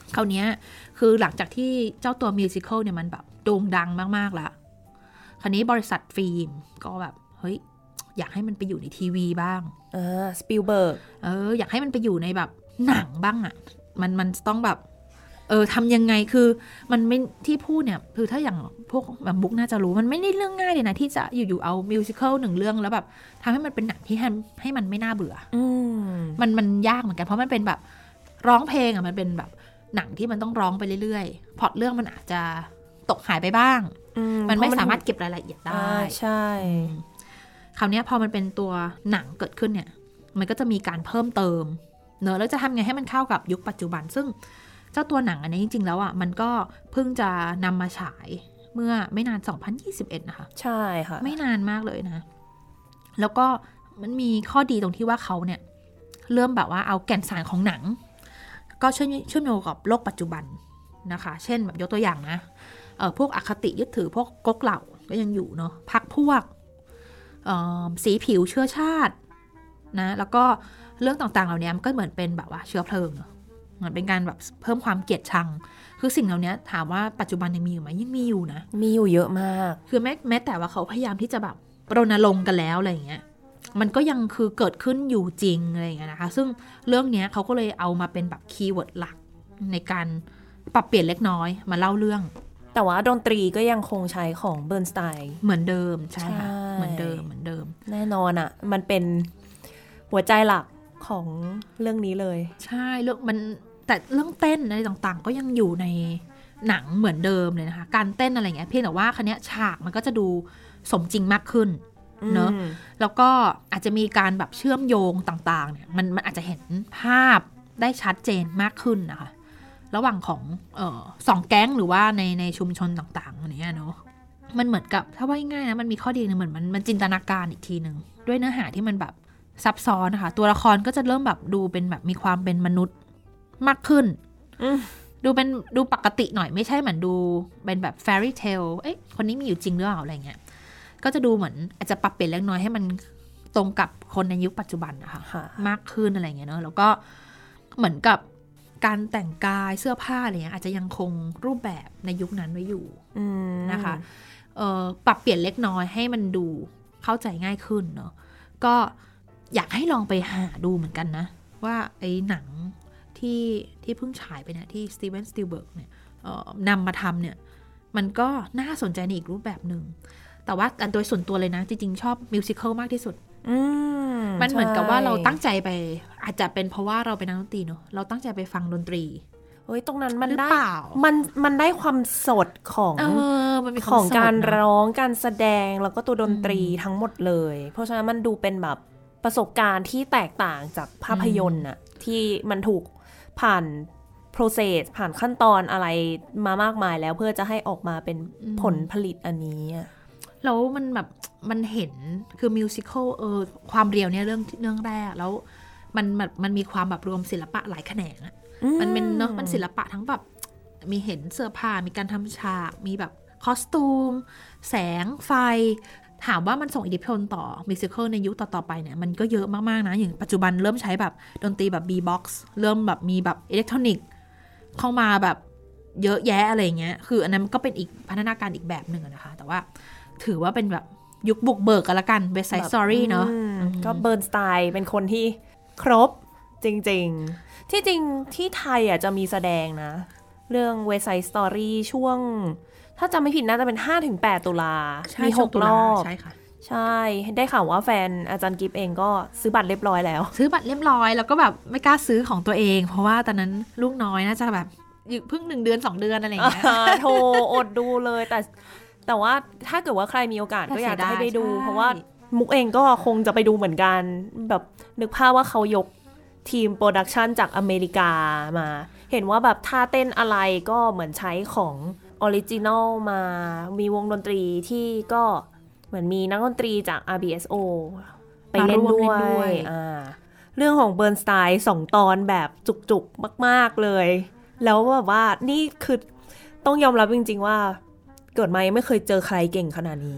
คราวนี้คือหลังจากที่เจ้าตัวมิวสิควลเนี่ยมันแบบโด่งดังมากๆแล้วคราวนี้บริษัทฟิล์มก็แบบเฮ้ยอยากให้มันไปอยู่ในทีวีบ้างเออสปิลเบิร์กเอออยากให้มันไปอยู่ในแบบหนังบ้างอ่ะมันมันต้องแบบเออทำยังไงคือมันไม่ที่พูดเนี่ยคือถ้าอย่างพวกแบบบุ๊กน่าจะรู้มันไม่ได้เรื่องง่ายเลยนะที่จะอยู่ๆเอามิวสิควลหนึ่งเรื่องแล้วแบบทำให้มันเป็นหนังที่ให้ให้มันไม่น่าเบื่ออืมันมันยากเหมือนกันเพราะมันเป็นแบบร้องเพลงอ่ะมันเป็นแบบหนังที่มันต้องร้องไปเรื่อยๆพล็อตเรื่องมันอาจจะตกหายไปบ้างมันไม่สามารถเก็บรายละเอียดได้ใช่คราวนี้พอมันเป็นตัวหนังเกิดขึ้นเนี่ยมันก็จะมีการเพิ่มเติมเนอะแล้วจะทำไงให้มันเข้ากับยุคปัจจุบันซึ่งเจ้าตัวหนังอันนี้จริงๆแล้วอ่ะมันก็เพิ่งจะนำมาฉายเมื่อไม่นานสองพันยี่สิบเอ็ดนะคะใช่ค่ะไม่นานมากเลยนะแล้วก็มันมีข้อดีตรงที่ว่าเขาเนี่ยเริ่มแบบว่าเอาแก่นสารของหนังก็เชื่อมเชื่อมโยงกับโลกปัจจุบันนะคะเช่นแบบยกตัวอย่างนะเอ่อพวกอคติยึดถือพวกก๊กเหล่าก็ยังอยู่เนาะพรรคพวกสีผิวเชื้อชาตินะแล้วก็เรื่องต่างๆเหล่านี้มันก็เหมือนเป็นแบบว่าเชื้อเพลิงเหมือนเป็นการแบบเพิ่มความเกลียดชังคือสิ่งเหล่านี้ถามว่าปัจจุบันยังมีอยู่ไหมยังมีอยู่นะมีอยู่เยอะมากคือแม้แม้แต่ว่าเขาพยายามที่จะแบบรณรงค์กันแล้วอะไรอย่างเงี้ยมันก็ยังคือเกิดขึ้นอยู่จริงอะไรอย่างเงี้ยนะคะซึ่งเรื่องนี้เขาก็เลยเอามาเป็นแบบคีย์เวิร์ดหลักในการปรับเปลี่ยนเล็กน้อยมาเล่าเรื่องแต่ว่าดนตรีก็ยังคงใช้ของเบิร์นสไตน์เหมือนเดิมใช่ค่ะเหมือนเดิมเหมือนเดิมแน่นอนอ่ะมันเป็นหัวใจหลักของเรื่องนี้เลยใช่เรื่องมันแต่เรื่องเต้นอะไรต่างๆก็ยังอยู่ในหนังเหมือนเดิมเลยนะคะการเต้นอะไรเงี้ยเพียงแต่ว่าครั้งนี้ฉากมันก็จะดูสมจริงมากขึ้นเนอะแล้วก็อาจจะมีการแบบเชื่อมโยงต่างๆเนี่ยมันมันอาจจะเห็นภาพได้ชัดเจนมากขึ้นนะคะระหว่างของเอ่อสองแก๊งหรือว่าในในชุมชนต่างๆอะไรเงี้ยเนาะมันเหมือนกับถ้าว่าง่ายๆนะมันมีข้อดีนึงเหมือนมันมันจินตนาการอีกทีนึงด้วยเนื้อหาที่มันแบบซับซ้อนนะคะตัวละครก็จะเริ่มแบบดูเป็นแบบมีความเป็นมนุษย์มากขึ้นดูเป็นดูปกติหน่อยไม่ใช่เหมือนดูเป็นแบบ fairy tale เอ๊ะคนนี้มีอยู่จริงหรือเปล่าอะไรเงี้ยก็จะดูเหมือนอาจจะปรับเปลี่ยนเล็กน้อยให้มันตรงกับคนในยุคปัจจุบันนะคะมากขึ้นอะไรเงี้ยเนาะแล้วก็เหมือนกับการแต่งกายเสื้อผ้าอะไรเงี้ยอาจจะยังคงรูปแบบในยุคนั้นไว้อยู่นะคะเอ่อปรับเปลี่ยนเล็กน้อยให้มันดูเข้าใจง่ายขึ้นเนาะก็อยากให้ลองไปหาดูเหมือนกันนะว่าไอ้หนังที่ที่เพิ่งฉายไปเนี่ยที่สตีเวนสตีลเบิร์กเนี่ยนำมาทำเนี่ยมันก็น่าสนใจในอีกรูปแบบหนึ่งแต่ว่าโดยส่วนตัวเลยนะจริงๆชอบมิวสิคัลมากที่สุดมันเหมือนกับว่าเราตั้งใจไปอาจจะเป็นเพราะว่าเราเป็นนักดนตรีเนอะเราตั้งใจไปฟังดนตรีเฮ้ยตรงนั้นมันได้มันมันได้ความสดของของการร้องการแสดงแล้วก็ตัวดนตรีทั้งหมดเลยเพราะฉะนั้นมันดูเป็นแบบประสบการณ์ที่แตกต่างจากภาพยนตร์น่ะที่มันถูกผ่าน process ผ่านขั้นตอนอะไรมามากมายแล้วเพื่อจะให้ออกมาเป็นผลผลิตอันนี้แล้วมันแบบมันเห็นคือมิวสิคัลเออความเรียวเนี่ยเรื่องเรื่องแรกแล้วมันแบบมันมีความแบบรวมศิลปะหลายแขนงอ่ะมันเป็นเนาะมันศิลปะทั้งแบบมีเห็นเสื้อผ้ามีการทำฉากมีแบบคอสตูมแสงไฟถามว่ามันส่งอิทธิพลต่อมิวสิคัลในยุคต่อๆไปเนี่ยมันก็เยอะมากๆนะอย่างปัจจุบันเริ่มใช้แบบดนตรีแบบ บี-บ็อกซ์ เริ่มแบบมีแบบอิเล็กทรอนิกส์เข้ามาแบบเยอะแยะอะไรเงี้ยคืออันนั้นก็เป็นอีกพัฒนาการอีกแบบหนึ่งนะคะแต่ว่าถือว่าเป็นแบบยุคบุกเบิกกันละกัน West Side Story เนาะก็เบิร์นสไตล์เป็นคนที่ครบจริงๆที่จริงที่ไทยอ่ะจะมีแสดงนะเรื่อง West Side Story ช่วงถ้าจำไม่ผิดน่าจะเป็น ห้าถึงแปด ตุลามีหกรอบใช่ค่ะใช่ได้ข่าวว่าแฟนอาจารย์กิฟเองก็ซื้อบัตรเรียบร้อยแล้วซื้อบัตรเรียบร้อยแล้วก็แบบไม่กล้าซื้อของตัวเองเพราะว่าตอนนั้นลูกน้อยน่าจะแบบเพิ่งหนึ่งเดือนสองเดือนอะไรอย่างเงี้ยโทรอดดูเลยแต่แต่ว่าถ้าเกิดว่าใครมีโอกาสก็อยากจะให้ไปดูเพราะว่ามุกเองก็คงจะไปดูเหมือนกันแบบนึกภาพว่าเขายกทีมโปรดักชันจากอเมริกามาเห็นว่าแบบท่าเต้นอะไรก็เหมือนใช้ของออริจินอลมามีวงดนตรีที่ก็เหมือนมีนักดนตรีจาก อาร์ บี เอส โอ ไปเล่นด้วยอ่าเรื่องของเบิร์นสไตน์สองตอนแบบจุกๆมากๆเลยแล้วแบบว่านี่คือต้องยอมรับจริงๆว่าเกิดมายังไม่เคยเจอใครเก่งขนาดนี้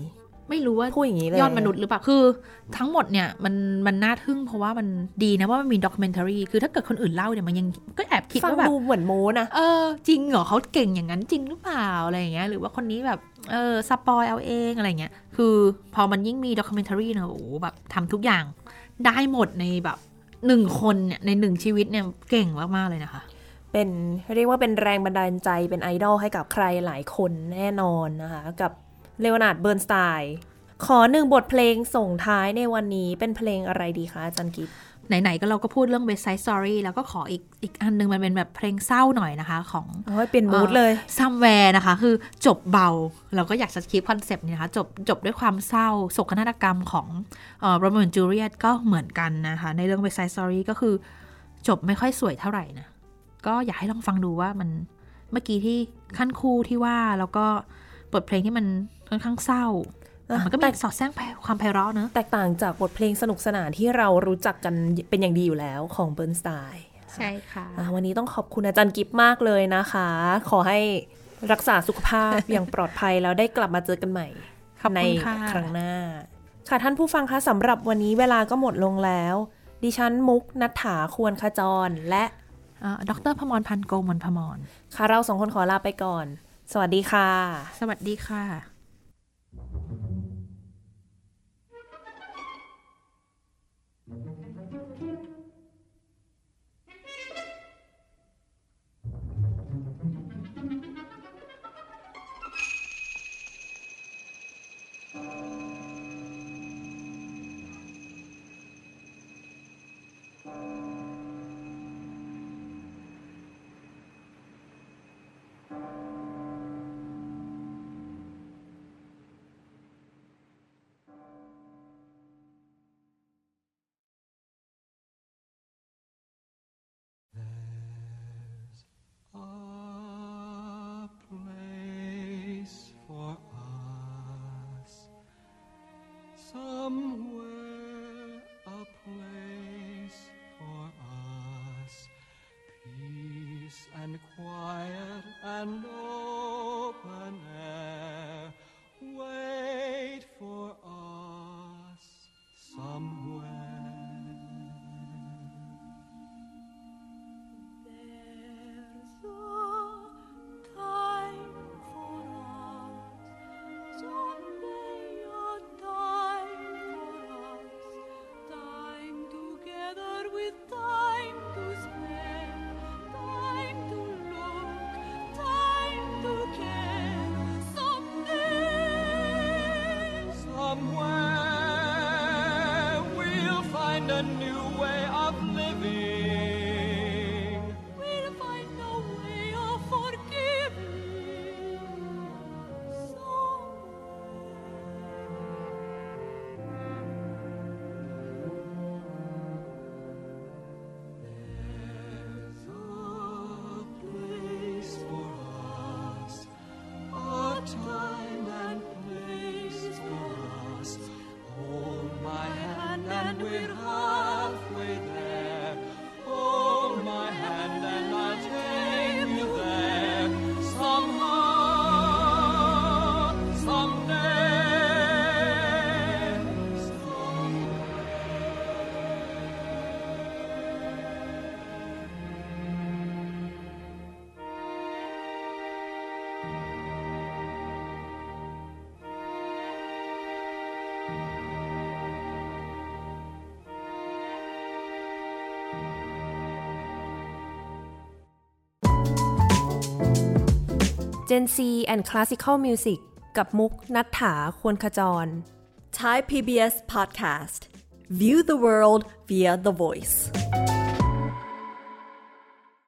ไม่รู้ว่าพูดอย่างนี้เลยยอดมนุษย์หรือเปล่าคือทั้งหมดเนี่ยมันมันน่าทึ่งเพราะว่ามันดีนะว่ามันมีด็อกิเมนทารีคือถ้าเกิดคนอื่นเล่าเนี่ยมันยังก็แอบคิดฟังว่าแบบดูเหมือนโม้นะเออจริงเหรอเขาเก่งอย่างนั้นจริงหรือเปล่าอะไรอย่างเงี้ยหรือว่าคนนี้แบบเออสปอยเอาเองอะไรเงี้ยคือพอมันยิ่งมีด็อกิเมนทารีเนี่ยโอ้โหแบบทำทุกอย่างได้หมดในแบบหนึ่งคนเนี่ยในหนึ่งชีวิตเนี่ยเก่งมากๆเลยนะคะเป็นเรียกว่าเป็นแรงบันดาลใจเป็นไอดอลให้กับใครหลายคนแน่นอนนะคะกับเลโอนาร์ด เบิร์นสไตน์ขอหนึ่งบทเพลงส่งท้ายในวันนี้เป็นเพลงอะไรดีคะอาจารย์กิฟต์ไหนๆก็เราก็พูดเรื่อง West Side Story แล้วก็ขออีกอีกอันนึงมันเป็นแบบเพลงเศร้าหน่อยนะคะของโอ้ยเป็นมูดเลย Somewhere นะคะคือจบเบาเราก็อยากจะคีปคอนเซปต์นี้นะคะจบจบด้วยความเศร้าโศกนาฏกรรมของเอ่อ Romeo and Juliet ก็เหมือนกันนะคะในเรื่อง West Side Story ก็คือจบไม่ค่อยสวยเท่าไหร่นะก็อยากให้ลองฟังดูว่ามันเมื่อกี้ที่ขั้นคู่ที่ว่าแล้วก็บทเพลงที่มันค่อนข้างเศร้าแต่มันก็มีสอดแทรกความไพเราะเนอะแตกต่างจากบทเพลงสนุกสนานที่เรารู้จักกันเป็นอย่างดีอยู่แล้วของเบิร์นสไตน์ใช่ค่ะวันนี้ต้องขอบคุณอาจารย์กิฟต์มากเลยนะคะขอให้รักษาสุขภาพ อย่างปลอดภัยแล้วได้กลับมาเจอกันใหม่ในครั้งหน้าค่ะท่านผู้ฟังคะสำหรับวันนี้เวลาก็หมดลงแล้วดิฉันมุกณัฐฐาควรขจรและดร.พมรพันธ์โกมลพมรค่ะเราสองคนขอลาไปก่อนสวัสดีค่ะสวัสดีค่ะ Gen Z and Classical Music กับมุกณัฐฐาควรขจร Thai พี บี เอส Podcast View the world via the voice